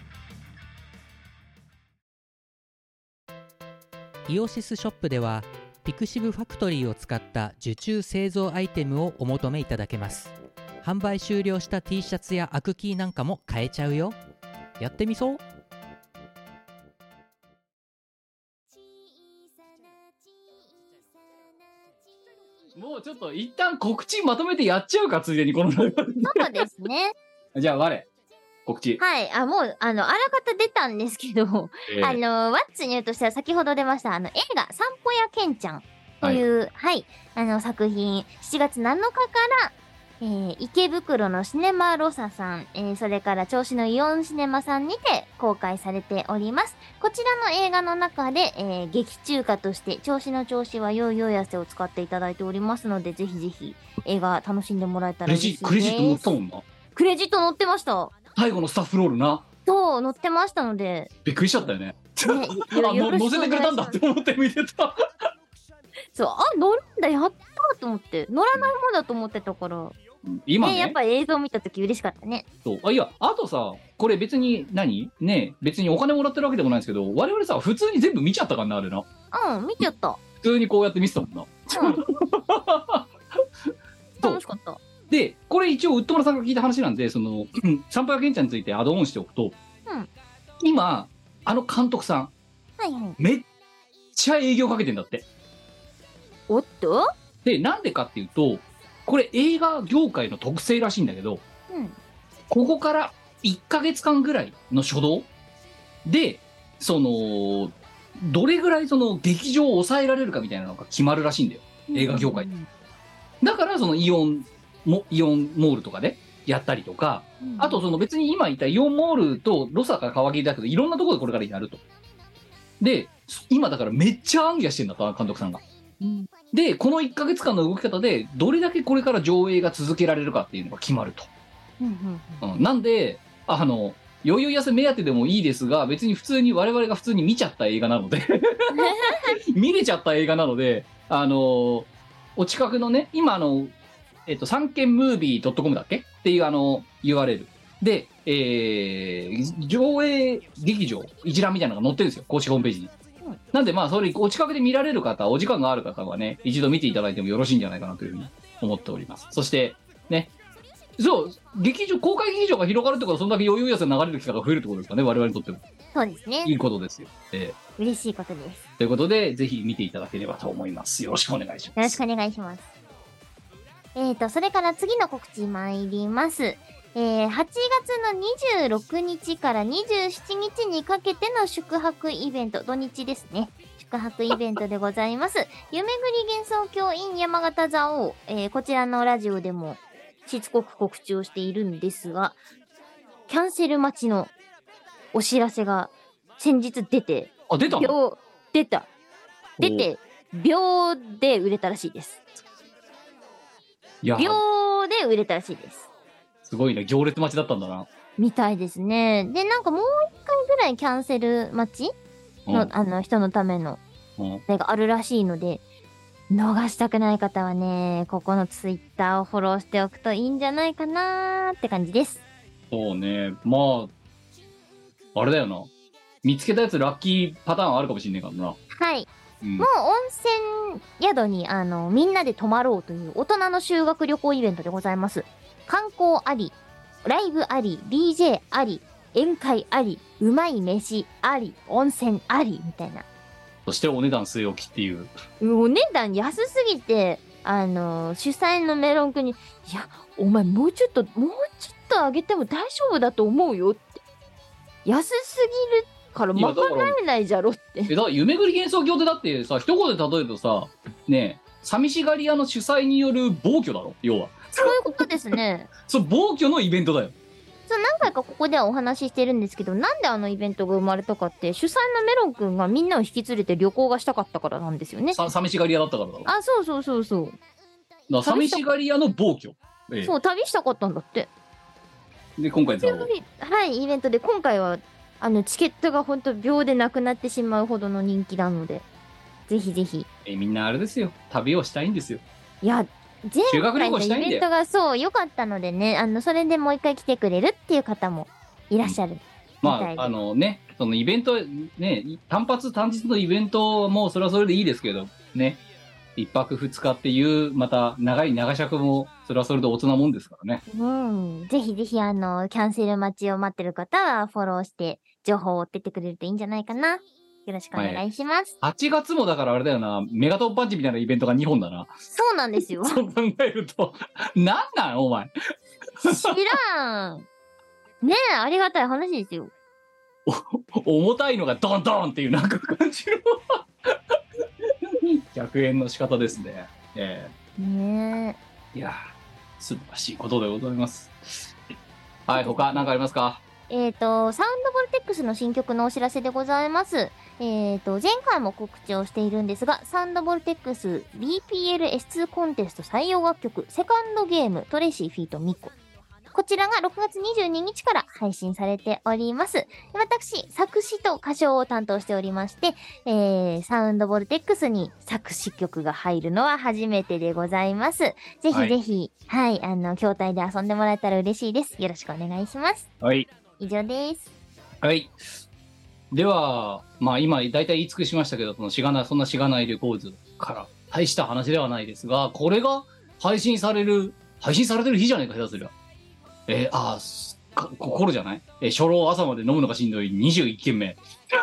う。イオシスショップではピクシブファクトリーを使った受注製造アイテムをお求めいただけます。販売終了した T シャツやアクキーなんかも買えちゃうよ。やってみそう。 もうちょっと一旦告知まとめてやっちゃうか、ついでにこの流れで。 そうですね。 じゃあ我告知、 はい。あ、もう、あの、あらかた出たんですけど、 えーあの、ワッツニューとしては先ほど出ました、あの、映画、散歩やけんちゃんという、はい、あの、作品、しちがつなのかから、えー池袋のシネマロサさん、えーそれから銚子のイオンシネマさんにて公開されております。こちらの映画の中で、えー劇中歌として、銚子の調子はよいよい汗を使っていただいておりますので、ぜひぜひ映画楽しんでもらえたらクレ嬉しいです。 ジクレジット載ったもんな。 クレジット載ってました。 最後のスタッフロールな。 そう、載ってましたので、 びっくりしちゃったよね。 ね、 あ、もう載せてくれたんだって思って見てた。 そう、あ、乗るんだ、やったと思って。乗らないもんだと思ってたから。 今ね、 ね、やっぱり映像見たとき嬉しかったね。 そう、あ、いや、あとさ、これ別に何ね、別にお金もらってるわけでもないんですけど、我々さ、普通に全部見ちゃったからな、あれな。 うん、見ちゃった。 普通にこうやって見てたもんな。 うん。楽しかった。 で、これ一応、ウッド村さんが聞いた話なんで、その、散歩やけんちゃんについてアドオンしておくと、 うん今、あの監督さん、 はいはい。 めっちゃ営業かけてんだって。 おっとで、なんでかっていうと、これ映画業界の特性らしいんだけど、 うん。 ここからいっかげつかんぐらいの初動で、その、どれぐらいその劇場を抑えられるかみたいなのが決まるらしいんだよ。映画業界うんだからそのイオンもイオンモールとかでやったりとか、 うんあとその別に今言ったイオンモールとロサか川切りだけどいろんなところでこれからやると。で今だからめっちゃ暗記してんだと監督さんが。 うんでこのいっかげつかんの動き方でどれだけこれから上映が続けられるかっていうのが決まると。 うんうんうん、なんであの余裕痩せ目当てでもいいですが別に普通に我々が普通に見ちゃった映画なので見れちゃった映画なのであのお近くのね今あのえっと三軒ムービー .com だっけっていうあの ユーアールエル で、えー、上映劇場一覧みたいなのが載ってるんですよ公式ホームページに。なんでまあそれお近くで見られる方お時間がある方はね一度見ていただいてもよろしいんじゃないかなというふうに思っております。そしてねそう劇場公開劇場が広がるってことはそんだけ余裕やせ流れる機会が増えるってことですかね我々にとってもそうですね。 いいことですよ、え嬉しいことです。 ー、ということでぜひ見ていただければと思います。よろしくお願いします。 よろしくお願いします。えーと、それから次の告知参ります。えー、はちがつのにじゅうろくにちからにじゅうしちにちにかけての宿泊イベント、土日ですね。宿泊イベントでございます。夢ぐり幻想郷 in 山形座王、えー、こちらのラジオでもしつこく告知をしているんですが、キャンセル待ちのお知らせが先日出て、 あ出たの秒、出た。出て、秒で売れたらしいです。 いや秒で売れたらしいです。 すごいね行列待ちだったんだな。 みたいですね。で、なんかもう一回ぐらいキャンセル待ちの、 うんあの人のための、 うんあれがあるらしいので、逃したくない方はね、ここのツイッターをフォローしておくといいんじゃないかなーって感じです。 そうねまああれだよな見つけたやつラッキーパターンあるかもしんねえからな。 はい。 うんもう温泉宿に、あの、みんなで泊まろうという大人の修学旅行イベントでございます。観光あり、ライブあり、ディージェー あり、宴会あり、うまい飯あり、温泉あり、みたいな。 そしてお値段据え置きっていうお値段安すぎて、あの、主催のメロン君に、いや、お前もうちょっと、もうちょっと上げても大丈夫だと思うよって。安すぎるからいやだから賄えないじゃろって。 えだから夢ぐり幻想郷ってだってさ一言で例えるとさねえ寂しがり屋の主催による暴挙だろ要は。 そういうことですね。 そう暴挙のイベントだよ。 そう何回かここではお話ししてるんですけど、なんであのイベントが生まれたかって、主催のメロン君がみんなを引き連れて旅行がしたかったからなんですよね。 さ寂しがり屋だったからだろ。だかあ、そうそうそうそう。 ら寂しがり屋の暴挙、ええそう、旅したかったんだって。 で今回ザオはい、イベントで今回は、あの、チケットが本当秒でなくなってしまうほどの人気なので、ぜひぜひ。 えみんなあれですよ旅をしたいんですよ。 いや、前修学旅回のイ行したいんだよベントがそう、良かったのでね、あの、それでもう一回来てくれるっていう方もいらっしゃる。 まみたいでああのねそのイベントね単発単日のイベントもそれはそれでいいですけどね一泊二日っていうまた長い長尺もそれはそれで大人もんですからね。 うん。ぜひぜひ、あの、キャンセル待ちを待ってる方は、フォローして、情報を追ってってくれるといいんじゃないかな。よろしくお願いします。 はちがつもだからあれだよなメガトンパンチみたいなイベントがにほんだな。 そうなんですよ。 そう考えるとなんなんお前知らん。ねえ、ありがたい話ですよ。 重たいのがドンドンっていうなんか感じの逆縁の仕方ですね。えねえいや素晴らしいことでございます。はい他何かありますか。 え。えっ、と、サウンドボルテックスの新曲のお知らせでございます。えっ、と、前回も告知をしているんですが、サウンドボルテックス ビーピーエルエスツー コンテスト採用楽曲、セカンドゲーム、トレイシーフィートミコ。こちらがろくがつにじゅうににちから配信されております。で私、作詞と歌唱を担当しておりまして、えー、サウンドボルテックスに作詞曲が入るのは初めてでございます。ぜひぜひ、はい、はい、あの、筐体で遊んでもらえたら嬉しいです。よろしくお願いします。 はい以上です。 はいではまあ今大体言い尽くしましたけどそのしがないそんなしがないレコーズから大した話ではないですがこれが配信される配信されてる日じゃないか下手すりゃえー、あーか心じゃない、えー、初老朝まで飲むのがしんどいにじゅういっけんめ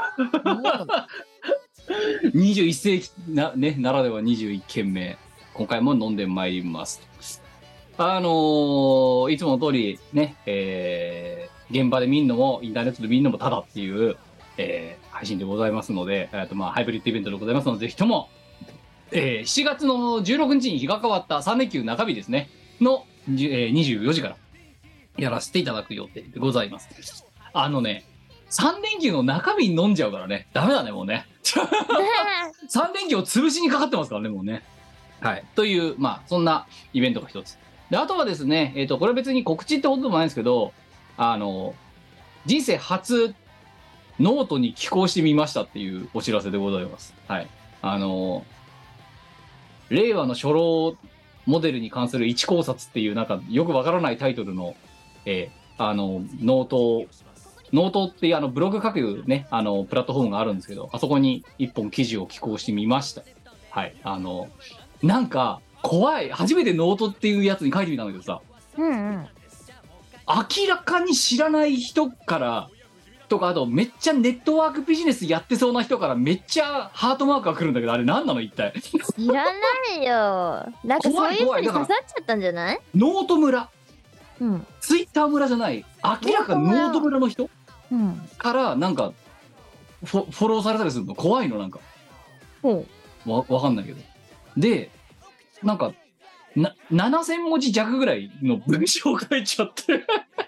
にじゅういっ世紀な、ね、ならではにじゅういっけんめ今回も飲んでまいりますあのー、いつもの通りね、えー、現場で見んのもインターネットで見んのもただっていう、えー、配信でございますので、えーとまあ、ハイブリッドイベントでございますのでぜひともえー、しちがつのじゅうろくにちに日が変わったさんれんきゅう中日ですねの、えー、にじゅうよじからやらせていただく予定でございます。あのねさんれんきゅうの中日に飲んじゃうからねダメだねもうねさんれんきゅうを潰しにかかってますからねもうね。はいというまあそんなイベントが一つで、あとはですねえっ、ー、とこれ別に告知ってことでもないんですけど、あの人生初ノートに寄稿してみましたっていうお知らせでございます。はい。あの令和の初老モデルに関する一考察っていうなんかよくわからないタイトルの、えー、あのノートノートっていうあのブログ書くねあのプラットフォームがあるんですけど、あそこに一本記事を寄稿してみました。はい。あのなんか怖い初めてノートっていうやつに書いてみたんだけどさ、 うんうん。 明らかに知らない人からとか、あとめっちゃネットワークビジネスやってそうな人からめっちゃハートマークが来るんだけど、あれ何なの一体。 いらないよ。なんかそういう人に刺さっちゃったんじゃない？ ノート村、 うん。 ツイッター村じゃない、明らかノート村の人うん。 からなんかフォフォローされたりするの怖いのなんか。 ほう。わわかんないけど。で、なんかなななせんもじ弱ぐらいの文章を書いちゃって。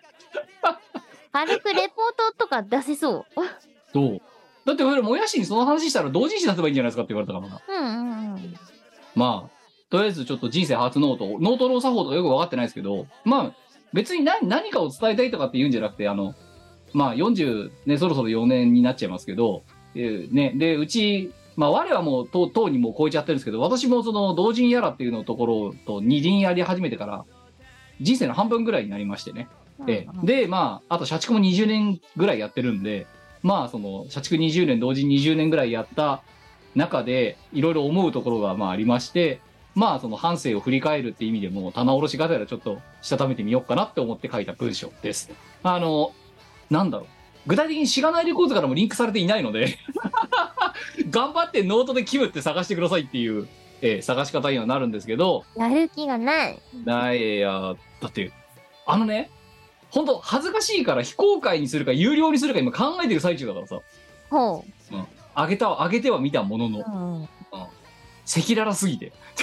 軽くレポートとか出せそう。 そう。だってこれもやしにその話したら同人誌出せばいいんじゃないですかって言われたからな。 うんうんうん。まあとりあえずちょっと人生初ノートノートの作法とかよく分かってないですけど、まあ別に何何かを伝えたいとかって言うんじゃなくて、あのまあよんじゅうねそろそろよねんになっちゃいますけど、えー、ねでうちまあ我はもうととうにもう超えちゃってるんですけど、私もその同人やらっていうのところと二輪やり始めてから人生の半分ぐらいになりましてね。ええ、でまああと社畜もにじゅうねんぐらいやってるんで、まあその社畜にじゅうねん同時にじゅうねんぐらいやった中でいろいろ思うところがまあありまして、まあその半生を振り返るって意味でも棚卸しがてらちょっとしたためてみようかなって思って書いた文章です。あのなんだろう、具体的にしがないレコードからもリンクされていないので頑張ってノートで気分って探してくださいっていう、ええ、探し方にはなるんですけど、 やる気がない。 ないやだってあのね本当恥ずかしいから非公開にするか有料にするか今考えてる最中だからさ。 ほう。うん。あげたあげては見たものの、うん。うん。赤裸々すぎて。 ちな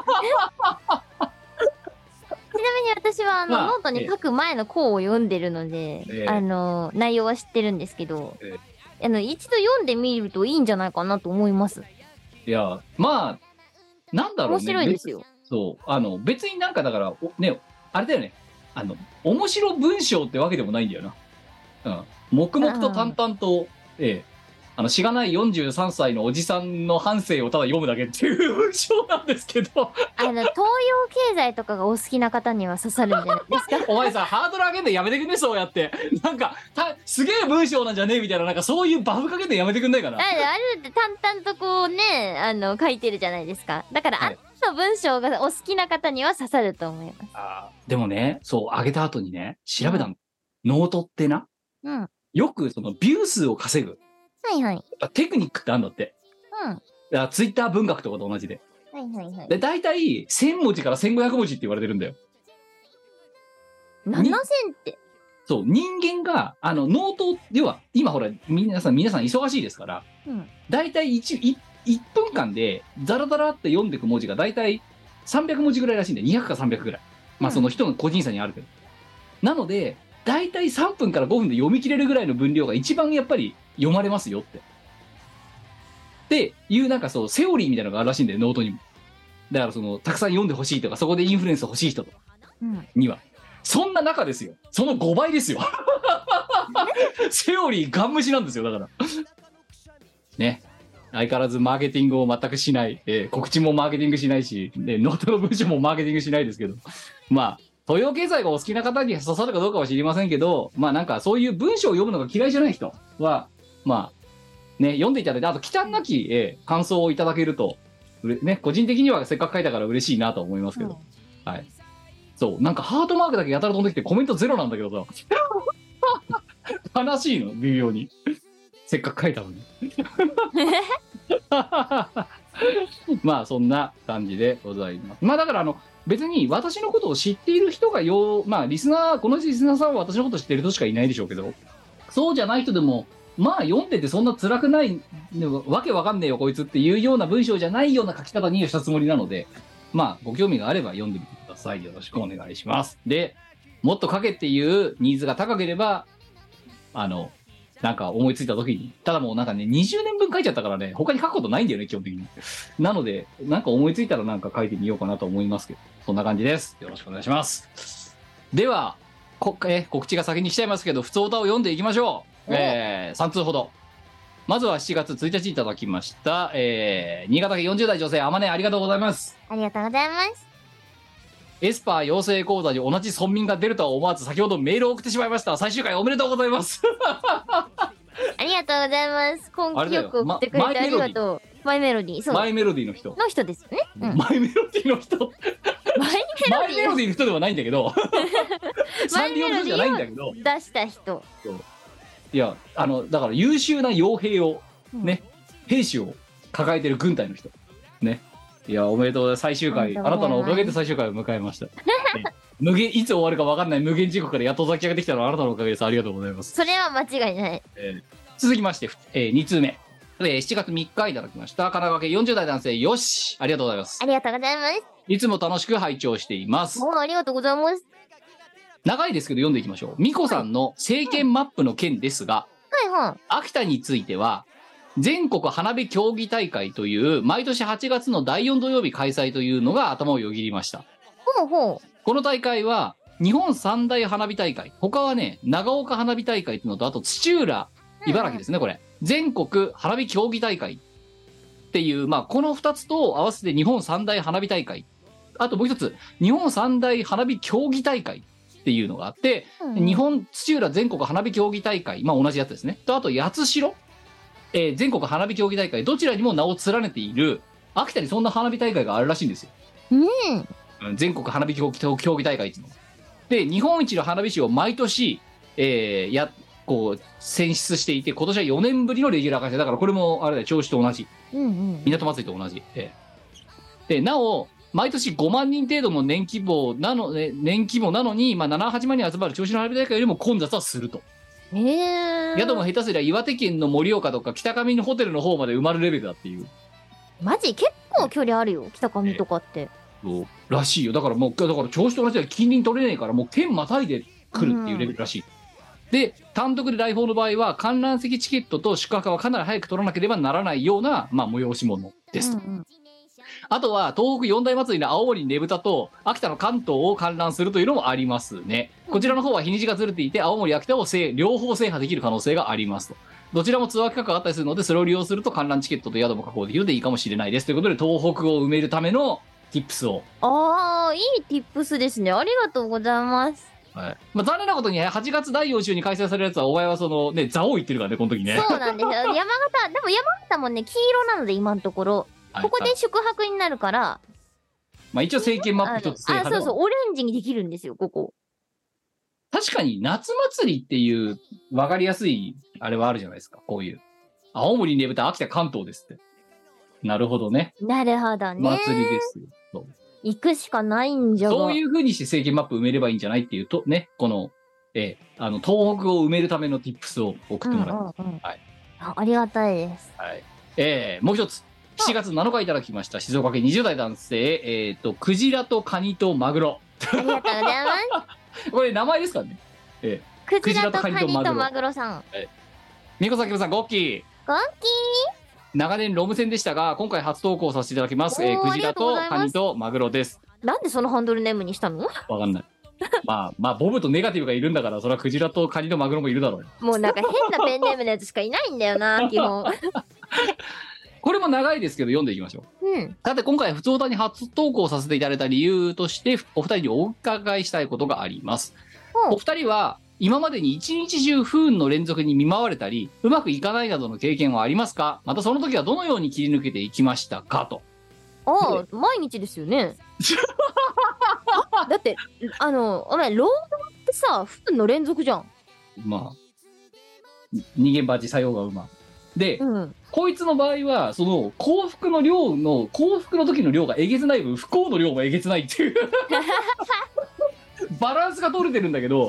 みに私はあの、まあ、ノートに書く前の項を読んでるので、えー、あの内容は知ってるんですけど、えー、あの一度読んでみるといいんじゃないかなと思います。 いやまあなんだろうね。面白いですよ。 そうあの別になんかだからねあれだよね。あの面白文章ってわけでもないんだよな。うん、黙々と淡々と、ええ、あのしがないよんじゅうさんさいのおじさんの半生をただ読むだけっていう文章なんですけどあの東洋経済とかがお好きな方には刺さるんじゃないですか。 お前さハードル上げんのやめてくんねそうやって、なんかたすげえ文章なんじゃねえみたいな、なんかそういうバフかけてやめてくんないかな。 あれって淡々とこうねあの書いてるじゃないですか。だから、はい、あの文章がお好きな方には刺さると思います。 あでもねそう上げた後にね調べたの、うん、ノートってな、 うん、 よくそのビュー数を稼ぐはいはいテクニックってあるんだって。 うん。 だからツイッター文学とかと同じで。 はいはいはい。 で大体せんもじからせんごひゃくもじって言われてるんだよ。 ななせんって。 そう人間があのノートでは今ほら皆さん皆さん忙しいですから、うん、大体 1, いいっぷんかんでザラザラって読んでいく文字が大体さんびゃくもじぐらいらしいんで、にひゃくかさんびゃくぐらい。まあその人の個人差にあるけど。うん、なので大体さんぷんからごふんで読み切れるぐらいの分量が一番やっぱり読まれますよって。っていうなんかそうセオリーみたいなのがあるらしいんだよノートにも。だからそのたくさん読んでほしいとかそこでインフルエンス欲しい人とかには、うん、そんな中ですよそのごばいですよセオリーガン無視なんですよ。だからね相変わらずマーケティングを全くしない、えー、告知もマーケティングしないし、ね、ノートの文章もマーケティングしないですけど、まあ東洋経済がお好きな方に刺さるかどうかは知りませんけど、まあなんかそういう文章を読むのが嫌いじゃない人はまあね読んでいただいて、あと忌憚なき、えー、感想をいただけるとね、個人的にはせっかく書いたから嬉しいなと思いますけど、うん、はい。そうなんかハートマークだけやたら飛んできてコメントゼロなんだけどさ悲しいの微妙にせっかく書いたのにまあそんな感じでございます。まあだからあの別に私のことを知っている人がよまあリスナーこのリスナーさんは私のこと知っている人しかいないでしょうけど、そうじゃない人でもまあ読んでてそんな辛くない、でもわけわかんねえよこいつっていうような文章じゃないような書き方にしたつもりなので、まあご興味があれば読んでみてください。よろしくお願いします。で、もっと書けっていうニーズが高ければ、あのなんか思いついた時に、ただもうなんかねにじゅうねんぶん書いちゃったからね、他に書くことないんだよね基本的に。なのでなんか思いついたらなんか書いてみようかなと思いますけど、そんな感じです。よろしくお願いします。ではこえ告知が先に来ちゃいますけど、普通歌を読んでいきましょう。えー、さん通ほど。まずはしちがつついたちいただきました、えー、新潟県よんじゅう代女性あまね、ありがとうございます。 ありがとうございます。 エスパー養成講座に同じ村民が出るとは思わず先ほどメールを送ってしまいました。最終回おめでとうございます。 ありがとうございます。根気よく送ってくれてありがとう。マイメロディー、そう。 マイメロディーの人。 の人ですよね。うん、 マイメロディーの人。 マイメロディー。 マイメロディーの人ではないんだけど。サンリオの人じゃないんだけど。 出した人。 いや、あの、だから優秀な傭兵を、ね、うん、兵士を抱えてる軍隊の人。ね。いや、おめでとうございます。最終回、あなたのおかげで最終回を迎えました。無限、いつ終わるか分かんない無限地獄からやっと咲き上がってきたのはあなたのおかげです。ありがとうございます。 それは間違いない。 えー、続きまして、えー、に通目。えー、しちがつみっかいただきました。神奈川県よんじゅう代男性、よし。ありがとうございます。 ありがとうございます。 いつも楽しく拝聴しています。 おー、ありがとうございます。 長いですけど読んでいきましょう。みこさんの政権マップの件ですが、 はいはい。 秋田については、全国花火競技大会という毎年はちがつのだいよん土曜日開催というのが頭をよぎりました。 ほうほう。 この大会は日本三大花火大会、他はね長岡花火大会っていうのと、あと土浦茨城ですね、これ全国花火競技大会っていう、まあこのふたつと合わせて日本三大花火大会、あともう一つ日本三大花火競技大会っていうのがあって、うん、日本土浦全国花火競技大会、まあ同じやつですね、とあと八代、えー、全国花火競技大会、どちらにも名を連ねている秋田にそんな花火大会があるらしいんですよ。うん、全国花火競技大会っていうので、日本一の花火師を毎年、えー、やこう選出していて、今年はよねんぶりのレギュラー開催だから、これもあれだよ、銚子と同じ、うんうん、港祭りと同じ、えー、でなお毎年ごまんにん程度の年規模なの、ね、年規模なのに、まあ、ななはちまんにん集まる銚子の花火大会よりも混雑はすると。 へー。 宿も下手すりゃ岩手県の盛岡とか北上のホテルの方まで埋まるレベルだっていう。 マジ結構距離あるよ、北上とかって。 そうらしいよ。だからもう、だから銚子と同じで近隣取れねえから、もう県またいで来るっていうレベルらしい。うん、で、単独で来訪の場合は観覧席チケットと宿泊はかなり早く取らなければならないような、まあ、催し物ですと。うんうん、あとは東北四大祭りの青森ねぶたと秋田の関東を観覧するというのもありますね。こちらの方は日にちがずれていて、青森秋田を両方制覇できる可能性がありますと。どちらもツアー企画があったりするので、それを利用すると観覧チケットと宿も確保できるのでいいかもしれないですということで、東北を埋めるためのティップスを。 ああ、いいティップスですね。ありがとうございます。 はい。まあ、残念なことにはちがつだいよん週に開催されるやつは、お前はそのね、座王行ってるからね、この時ね。 そうなんですよ。山形、でも山形もね、黄色なので今のところ。ここで宿泊になるから、はい、 まあ一応政権マップ一つ制覇で。 あ、そうそう、オレンジにできるんですよ、ここ。 確かに夏祭りっていう分かりやすいあれはあるじゃないですか、こういう。青森ねぶた、秋田関東ですって。なるほどね。 なるほどね。 祭りですよ。そう行くしかないんじゃが。 そういう風にして政権マップ埋めればいいんじゃないっていうと、ね、この、えー、あの、東北を埋めるためのティップスを送ってもらいます。うんうんうん、はい。 あ、ありがたいです。 はい。えー、もう一つ。しちがつなのかいただきました。静岡県にじゅう代男性、えっ、ー、と、クジラとカニとマグロ。 ありがとうございます。 これ名前ですからね。えー、クジラとカニとマグロさん。 えー、みこさきむさん、ゴッキー。 ゴッキー。 長年ロム線でしたが、今回初投稿させていただきます。えー、クジラとカニとマグロです。 なんでそのハンドルネームにしたの？ わかんない。まあ、まあ、ボブとネガティブがいるんだから、それはクジラとカニとマグロもいるだろう。 もうなんか変なペンネームのやつしかいないんだよな、基本。 これも長いですけど読んでいきましょう。うん。さて今回ふつおたに初投稿させていただいた理由としてお二人にお伺いしたいことがあります。お二人は今までに一日中不運の連続に見舞われたりうまくいかないなどの経験はありますか？またその時はどのように切り抜けていきましたかと。 ああ、毎日ですよね。だってあのお前労働ってさ不運の連続じゃん。 まあ人間バチ作用が馬で、うん、こいつの場合はその幸福の量の幸福の時の量がえげつない分不幸の量もえげつないっていうバランスが取れてるんだけど、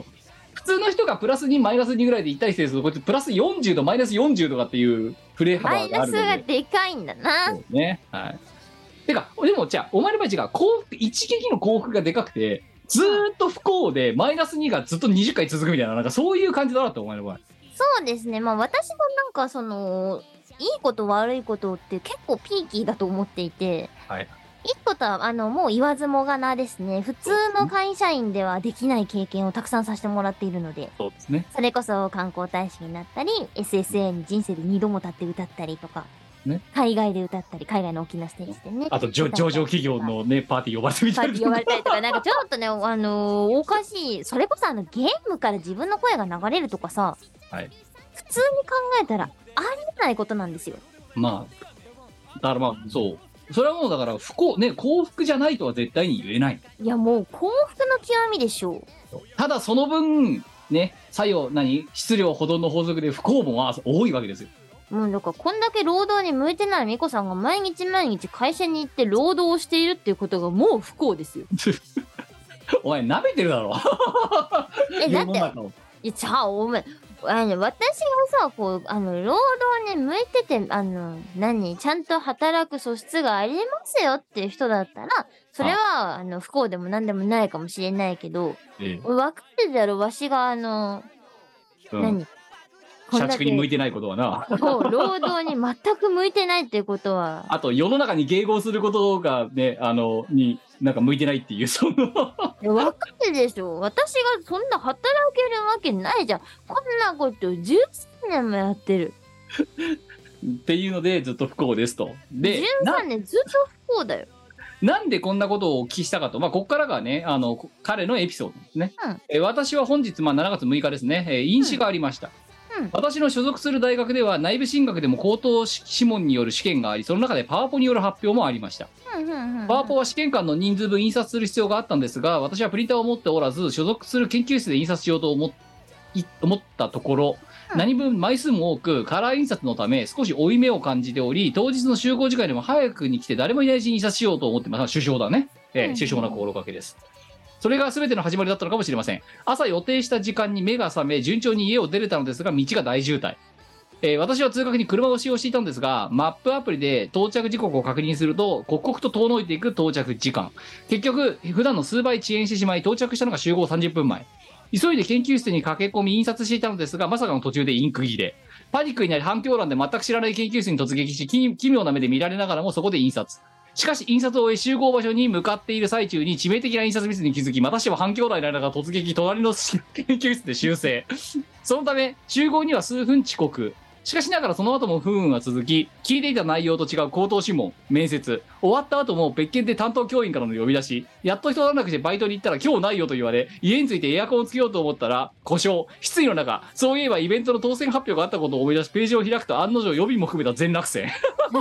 普通の人がプラスにマイナスにぐらいで行ったりしてると、こうやってプラスよんじゅうどマイナスよんじゅうどかっていう振れ幅マイナスがあるので。 がでかいんだな。 そうね。はい。てか、でもじゃあ、お前の場合違う。幸福、一撃の幸福がでかくて、ずーっと不幸で、マイナスにがずっとにじゅっかい続くみたいな、なんかそういう感じだなって、お前の場合。 そうですね。まあ私もなんかその、いいこと悪いことって結構ピーキーだと思っていて、 はい。 いいことは、あの、もう言わずもがなですね。普通の会社員ではできない経験をたくさんさせてもらっているので、 そうですね。 それこそ観光大使になったり、エスエスエー に人生でにども立って歌ったりとか、 ね海外で歌ったり、海外の大きなステージでね。 あと、上上場企業のね、パーティー呼ばれてみたりとかパーティー呼ばれたりとか、なんかちょっとね、あのーおかしい。それこそあの、ゲームから自分の声が流れるとかさ、 はい。 普通に考えたら、ありえないことなんですよ。 まあ、だからまあ、そう。それはもうだから不幸、ね、幸福じゃないとは絶対に言えない。 いや、もう幸福の極みでしょう。 ただその分、ね、作用、何質量保存の法則で不幸もは多いわけですよ。 もうだからこんだけ労働に向いてないミコさんが毎日毎日会社に行って労働をしているっていうことがもう不幸ですよ。 お前、舐めてるだろ。 え、だって、 世の中を。 いや、じゃあ、お前、あの、私がさ、こう、あの、労働に向いてて、あの、何、ちゃんと働く素質がありますよっていう人だったら、それは、あの、不幸でも何でもないかもしれないけど、 え分かってるだろ、わしが、あの、 えうん何社畜に向いててないことはな。 そう労働に全く向いてないっていうことは、 あと、世の中に迎合することがね、あの、に、なんか向いてないっていう、その、 いや分かってるでしょ。私がそんな働けるわけないじゃん。こんなことじゅうさんねんもやってる。 っていうので、ずっと不幸ですと。で、 13 な年ずっと不幸だよ。 なんでこんなことをお聞きしたかと、まあ、ここからがね、あの、こ彼のエピソードですね。 うんえー私は本日、まあ、しちがつむいかですね、えー飲酒がありました。 うん私の所属する大学では内部進学でも口頭試問による試験があり、その中でパワポによる発表もありました。 うんうんうん。 パワポは試験官の人数分印刷する必要があったんですが、私はプリンターを持っておらず、所属する研究室で印刷しようと思っい思ったところ、 うん何分枚数も多くカラー印刷のため少し負い目を感じており、当日の集合時間でも早くに来て誰もいないうちに印刷しようと思って、まあ首相だね、えうんー、首相な心がけです。それが全ての始まりだったのかもしれません。朝予定した時間に目が覚め、順調に家を出れたのですが、道が大渋滞。えー私は通学に車を使用していたんですが、マップアプリで到着時刻を確認すると、刻々と遠のいていく到着時間。結局、普段の数倍遅延してしまい、到着したのが集合さんじゅっぷんまえ。急いで研究室に駆け込み印刷していたのですが、まさかの途中でインク切れ。パニックになり反響欄で全く知らない研究室に突撃し、奇奇妙な目で見られながらもそこで印刷。しかし印刷を終え集合場所に向かっている最中に致命的な印刷ミスに気づき、またしても反響欄になりながら突撃、隣の研究室で修正。そのため、集合には数分遅刻。しかしながらその後も不運は続き、聞いていた内容と違う口頭諮問、面接、終わった後も別件で担当教員からの呼び出し、やっと一段落してバイトに行ったら今日ないよと言われ、家に着いてエアコンをつけようと思ったら故障、失意の中、そういえばイベントの当選発表があったことを思い出し、ページを開くと案の定予備も含めた全落選。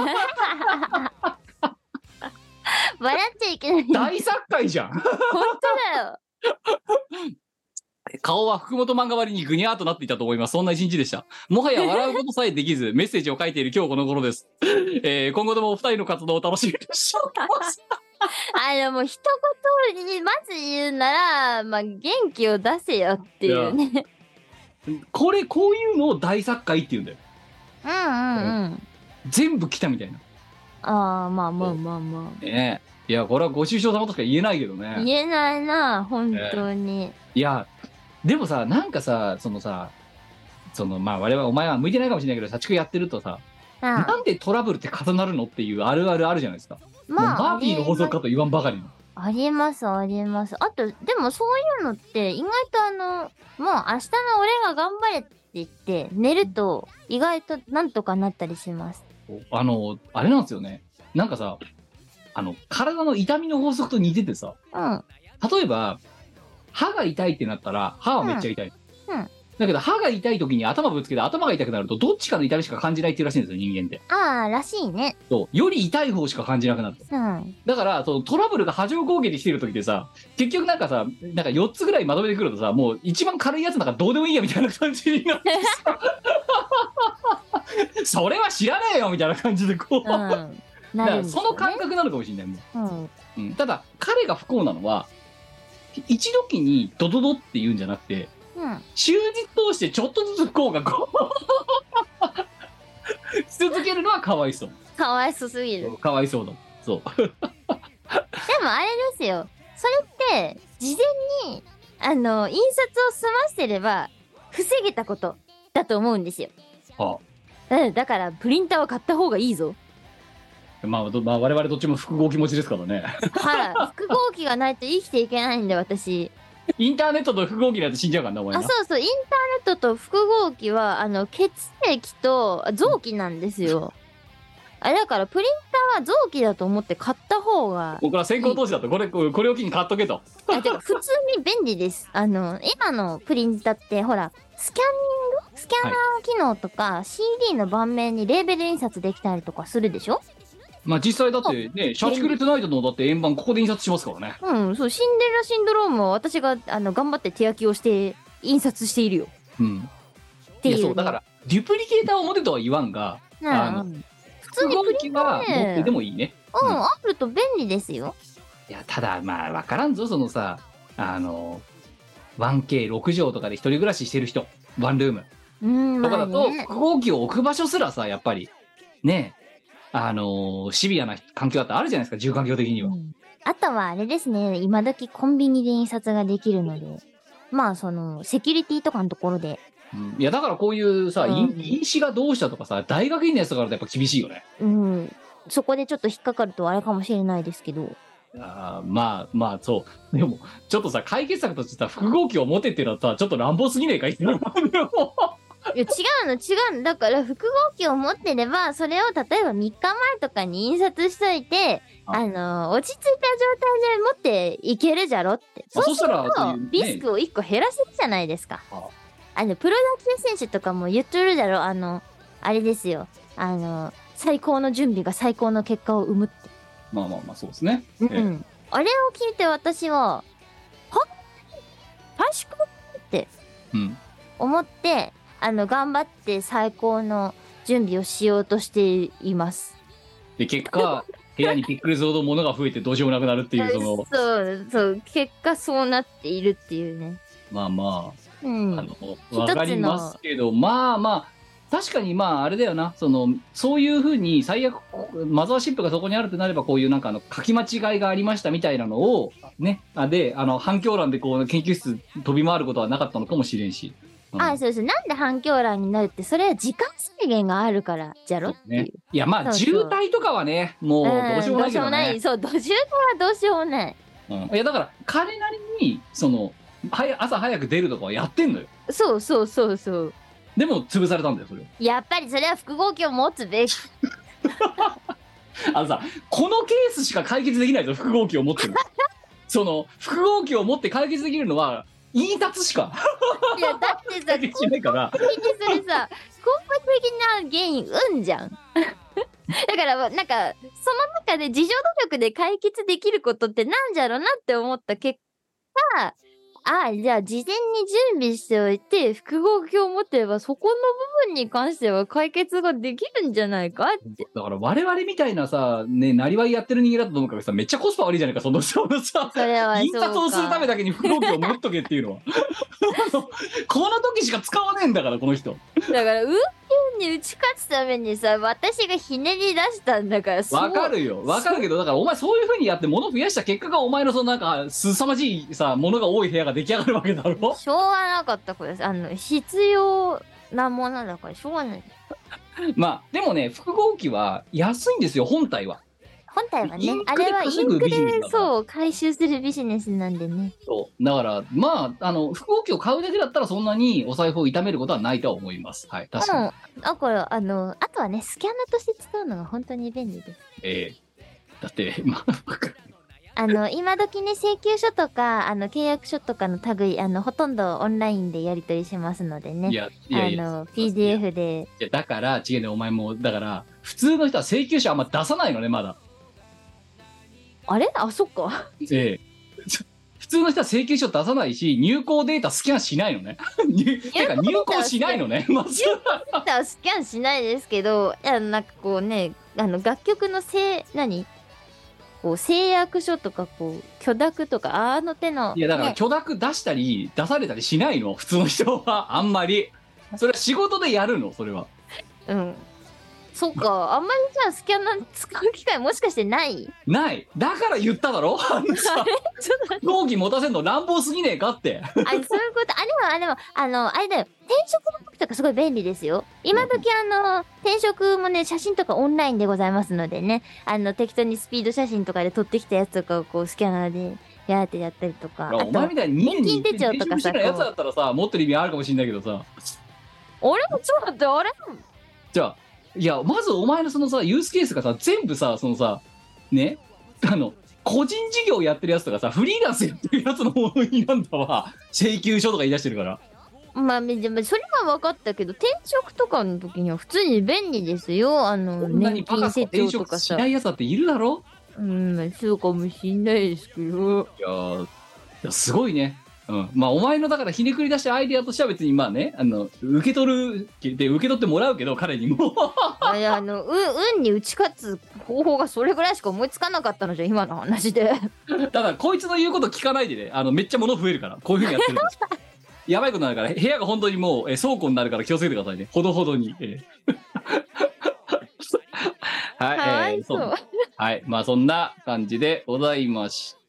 笑っちゃいけない。 大作界じゃん。 本当だよ。 顔は福本漫画割りにぐにゃーっとなっていたと思います。そんな一日でした。もはや笑うことさえできず、メッセージを書いている今日この頃です。えー、今後ともお二人の活動を楽しみにしております。 あの、もう一言にまず言うなら、まあ、元気を出せよっていうね。 これ、こういうのを大作界って言うんだよ。 うんうんうん。 全部来たみたいな。 ああ、まあまあまあまあ。 ねえ。いや、これはご愁傷様としか言えないけどね。 言えないな、本当に。 いや、でもさ、なんかさ、そのさ、その、まあ我々、お前は向いてないかもしれないけど、社畜やってるとさ、 あなんでトラブルって重なるのっていうあるあるあるじゃないですか。 まあ、 もうマーフィーの法則かと言わんばかりの。 ありますあります。あと、でもそういうのって意外とあの、もう明日の俺が頑張れって言って寝ると意外となんとかなったりします。 あの、あれなんですよね。なんかさ、あの、体の痛みの法則と似ててさ、 うん。 例えば、歯が痛いってなったら、歯はめっちゃ痛い。 うんうんだけど、歯が痛い時に頭ぶつけて頭が痛くなると、どっちかの痛みしか感じないっていうらしいんですよ、人間って。 ああ、らしいね。 そう。より痛い方しか感じなくなると。 うん。 だから、そのトラブルが波状攻撃してる時ってさ、結局なんかさ、なんかよっつぐらいまとめてくるとさ、もう一番軽いやつなんかどうでもいいやみたいな感じになってさ、それは知らねえよみたいな感じでこう、 うん。なだからるんですよねその感覚なのかもしれないもん。 うん。 うん、ただ彼が不幸なのは一時にドドドって言うんじゃなくて、 ううん終日通してちょっとずつ効果こうし続けるのはかわいそう。 かわいそすぎる。 かわいそうだ。そう。 でもあれですよ。それって事前にあの印刷を済ませれば防げたことだと思うんですよ。 はうん、だからプリンターを買った方がいいぞ。 あ、まあ、どまあ我々どっちも複合気持ちですからね。 はい、複合機がないと生きていけないんで私。 インターネットと複合機のやつ死んじゃうからなお前あ、 な。 そうそう、インターネットと複合機はあの血液と臓器なんですよ。あれだからプリンターは臓器だと思って買った方が、 僕ら先行投資だとこれこれを機に買っとけと。 あ、てか普通に便利です。あの今のプリンターってほらスキャンニングスキャナー機能とか、シーディー の盤面にレーベル印刷できたりとかするでしょ。 まあ実際だってね、シャチクレトゥナイトのだって円盤ここで印刷しますからね。 うん、そう、シンデレラシンドロームは私があの頑張って手焼きをして印刷しているようん。 っていう、ね。 いやそうだからデュプリケーターを持てとは言わんが、 うん、 あの普通にプリンタはーね持ってでもいいね。 うん、 うんあると便利ですよ。 いやただまあ分からんぞそのさあの ワンケーろく 畳とかで一人暮らししてる人ワンルームうん、まあとかだとね。 複合機を置く場所すらさやっぱりねあのーシビアな環境だってあるじゃないですか住環境的には。 うんあとはあれですね、今時コンビニで印刷ができるので、まあそのセキュリティとかのところで、 うんいやだからこういうさ、 うん印印紙がどうしたとかさ大学院のやつとかだとやっぱ厳しいよね。 うん、そこでちょっと引っかかるとあれかもしれないですけど、 あーまあまあそうでもちょっとさ解決策としてさ複合機を持てっていうのはさちょっと乱暴すぎねえかいって思うんだよ。 いや違うの違うのだから複合機を持ってればそれを例えばみっかまえとかに印刷しといてああの落ち着いた状態で持っていけるじゃろって、 あそしたらそうそういうねリスクをいっこ減らせるじゃないですか。 ああのプロ野球選手とかも言っとるだろ、あのあれですよ、あの最高の準備が最高の結果を生むって。 まあまあまあそうですね。 うん、 ええあれを聞いて私はは確かってうん思ってあの頑張って最高の準備をしようとしています。 で結果部屋にピックルズほど物が増えてどうしようもなくなるっていうそのそうそう結果そうなっているっていうね。 まあまあ、 うんあのわかりますけどまあまあ確かにまああれだよなそのそういうふうに最悪マザーシップがそこにあるとなればこういうなんかあの書き間違いがありましたみたいなのをねあであの反響欄でこう研究室飛び回ることはなかったのかもしれんし、うんあ、そうそう、なんで反響欄になるってそれは時間制限があるからじゃろっていう。 ね、いやまあそうそう渋滞とかはねもうどうしようもないけどね、 そう、どうしようもない。そう、どうしようもない。 うん、いやだから彼なりにそのはや朝早く出るとかはやってんのよ。 そうそうそうそう。 でも潰されたんだよそれを。 やっぱりそれは複合機を持つべき。 あのさこのケースしか解決できないぞ複合機を持ってるその複合機を持って解決できるのは言い立つしかいや、だってさ、 解決しないから根本的にそれさ、根本的な原因、運じゃん。だから、なんか、その中で自助努力で解決できることってなんじゃろうなって思った結果、ああ、じゃあ事前に準備しておいて、複合機を持ってれば、そこの部分に関しては解決ができるんじゃないかって。 だから我々みたいなさねなりわいやってる人間だと思うからさめっちゃコスパ悪いじゃないかそのそのさそれは印そうか。 刷をするためだけに複合機を持っとけっていうのはあのこの時しか使わねえんだからこの人。 だから、運転に打ち勝つためにさ、私がひねり出したんだから、そうわかるよわかるけどだからお前そういう風にやって物増やした結果がお前のそのなんか凄まじいさ物が多い部屋が出来上がるわけだろ。 しょうがなかったこれあの必要なものだからしょうがない。 まあでもね複合機は安いんですよ本体は。 本体はねインあクで稼れはインクぐビジネスだからでそう回収するビジネスなんでね。 そうだからまああの複合機を買うだけだったらそんなにお財布を痛めることはないとは思います。はい確かに。 うんだからあのあとはねスキャナとして使うのが本当に便利です。 ええだってまああの今時ね請求書とかあの契約書とかの類あのほとんどオンラインでやり取りしますのでね。 いやいやいやあの ピーディーエフ でいやだから違うねお前もだから普通の人は請求書あんま出さないのねまだ。 あれあそっか。 ええ普通の人は請求書出さないし入稿データスキャンしないのね。入てか入稿しないのねまず。 スキャンしないですけどあのなんかこうねあの楽曲のせい何こう誓約書とかこう許諾とかあの手のいやだからね許諾出したり出されたりしないの普通の人はあんまり。それは仕事でやるのそれは。 うんそっかあんまりじゃあスキャナー使う機会もしかしてないないだから言っただろあのさあれちょっと待って納期持たせんの乱暴すぎねえかってあそういうことあでもあでもあのあれだよ転職の時とかすごい便利ですよ今時あの転職もね写真とかオンラインでございますのでねあの適当にスピード写真とかで撮ってきたやつとかをこうスキャナーでやーってやったりとかあお前みたいににねんに年金手帳とかさ転職してないやつだったらさ持ってる意味あるかもしれないけどさ俺もちょっと待ってあれじゃあいやまずお前のそのさユースケースがさ全部さそのさねあの個人事業やってるやつとかさフリーランスやってるやつのものになんだわ請求書とか言い出してるからまあ、でもそれは分かったけど転職とかの時には普通に便利ですよあのこんなに年金バカ転手帳と職しかさないやつだっているだろうんそうかもしんないですけどいやーいやすごいね。うん、まあお前のだからひねくり出したアイデアとしては別にまあねあの受け取るで受け取ってもらうけど彼にもあいやあのう運に打ち勝つ方法がそれぐらいしか思いつかなかったのじゃ今の話でだからこいつの言うこと聞かないでねあのめっちゃ物増えるからこういうふうにやってるとやばいことになるから部屋が本当にもうえ倉庫になるから気をつけてくださいねほどほどに、えーはい、 かわいそう、 えーはいまあそんな感じでございました。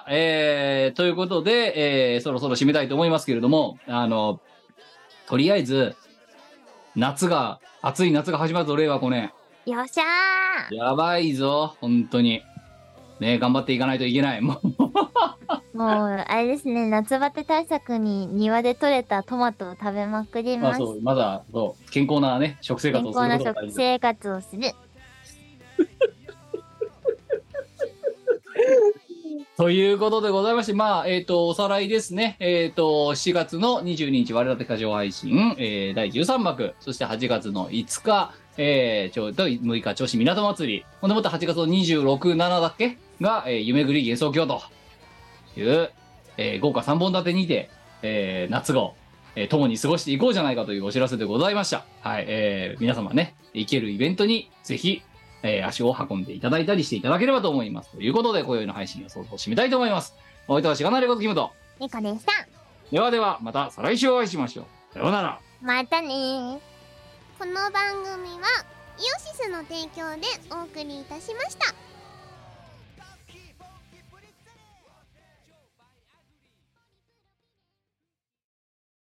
えー、ということで、えー、そろそろ締めたいと思いますけれども、あの、とりあえず、夏が、暑い夏が始まるぞ、令和ごねん。 よっしゃーやばいぞ、本当に。ね頑張っていかないといけない。もう、 もうあれですね夏バテ対策に庭で採れたトマトを食べまくります、 まあそう、まだ、そう、健康なね、食生活健をする康な食ことが大事。 生活をするということでございまして、まあ、えっ、と、おさらいですね。えっ、と、しがつのにじゅうににち、我ら的歌唱配信、えー、だいじゅうさん幕、そしてはちがつのいつか、えー、ちょうどむいか、銚子港祭り、ほんでもってはちがつのにじゅうろく、しちだっけが、えー、夢ぐり幻想郷という、えー、豪華さんぼん立てにて、えー、夏号、えー、共に過ごしていこうじゃないかというお知らせでございました。はい、えー、皆様ね、行けるイベントにぜひ、えー足を運んでいただいたりしていただければと思います。ということで、今宵の配信をそろそろ締めたいと思います。お相手はしがないレコードキムト。 ニコでしたではでは、また再来週お会いしましょう。さようなら。 またねーこの番組はイオシスの提供でお送りいたしました。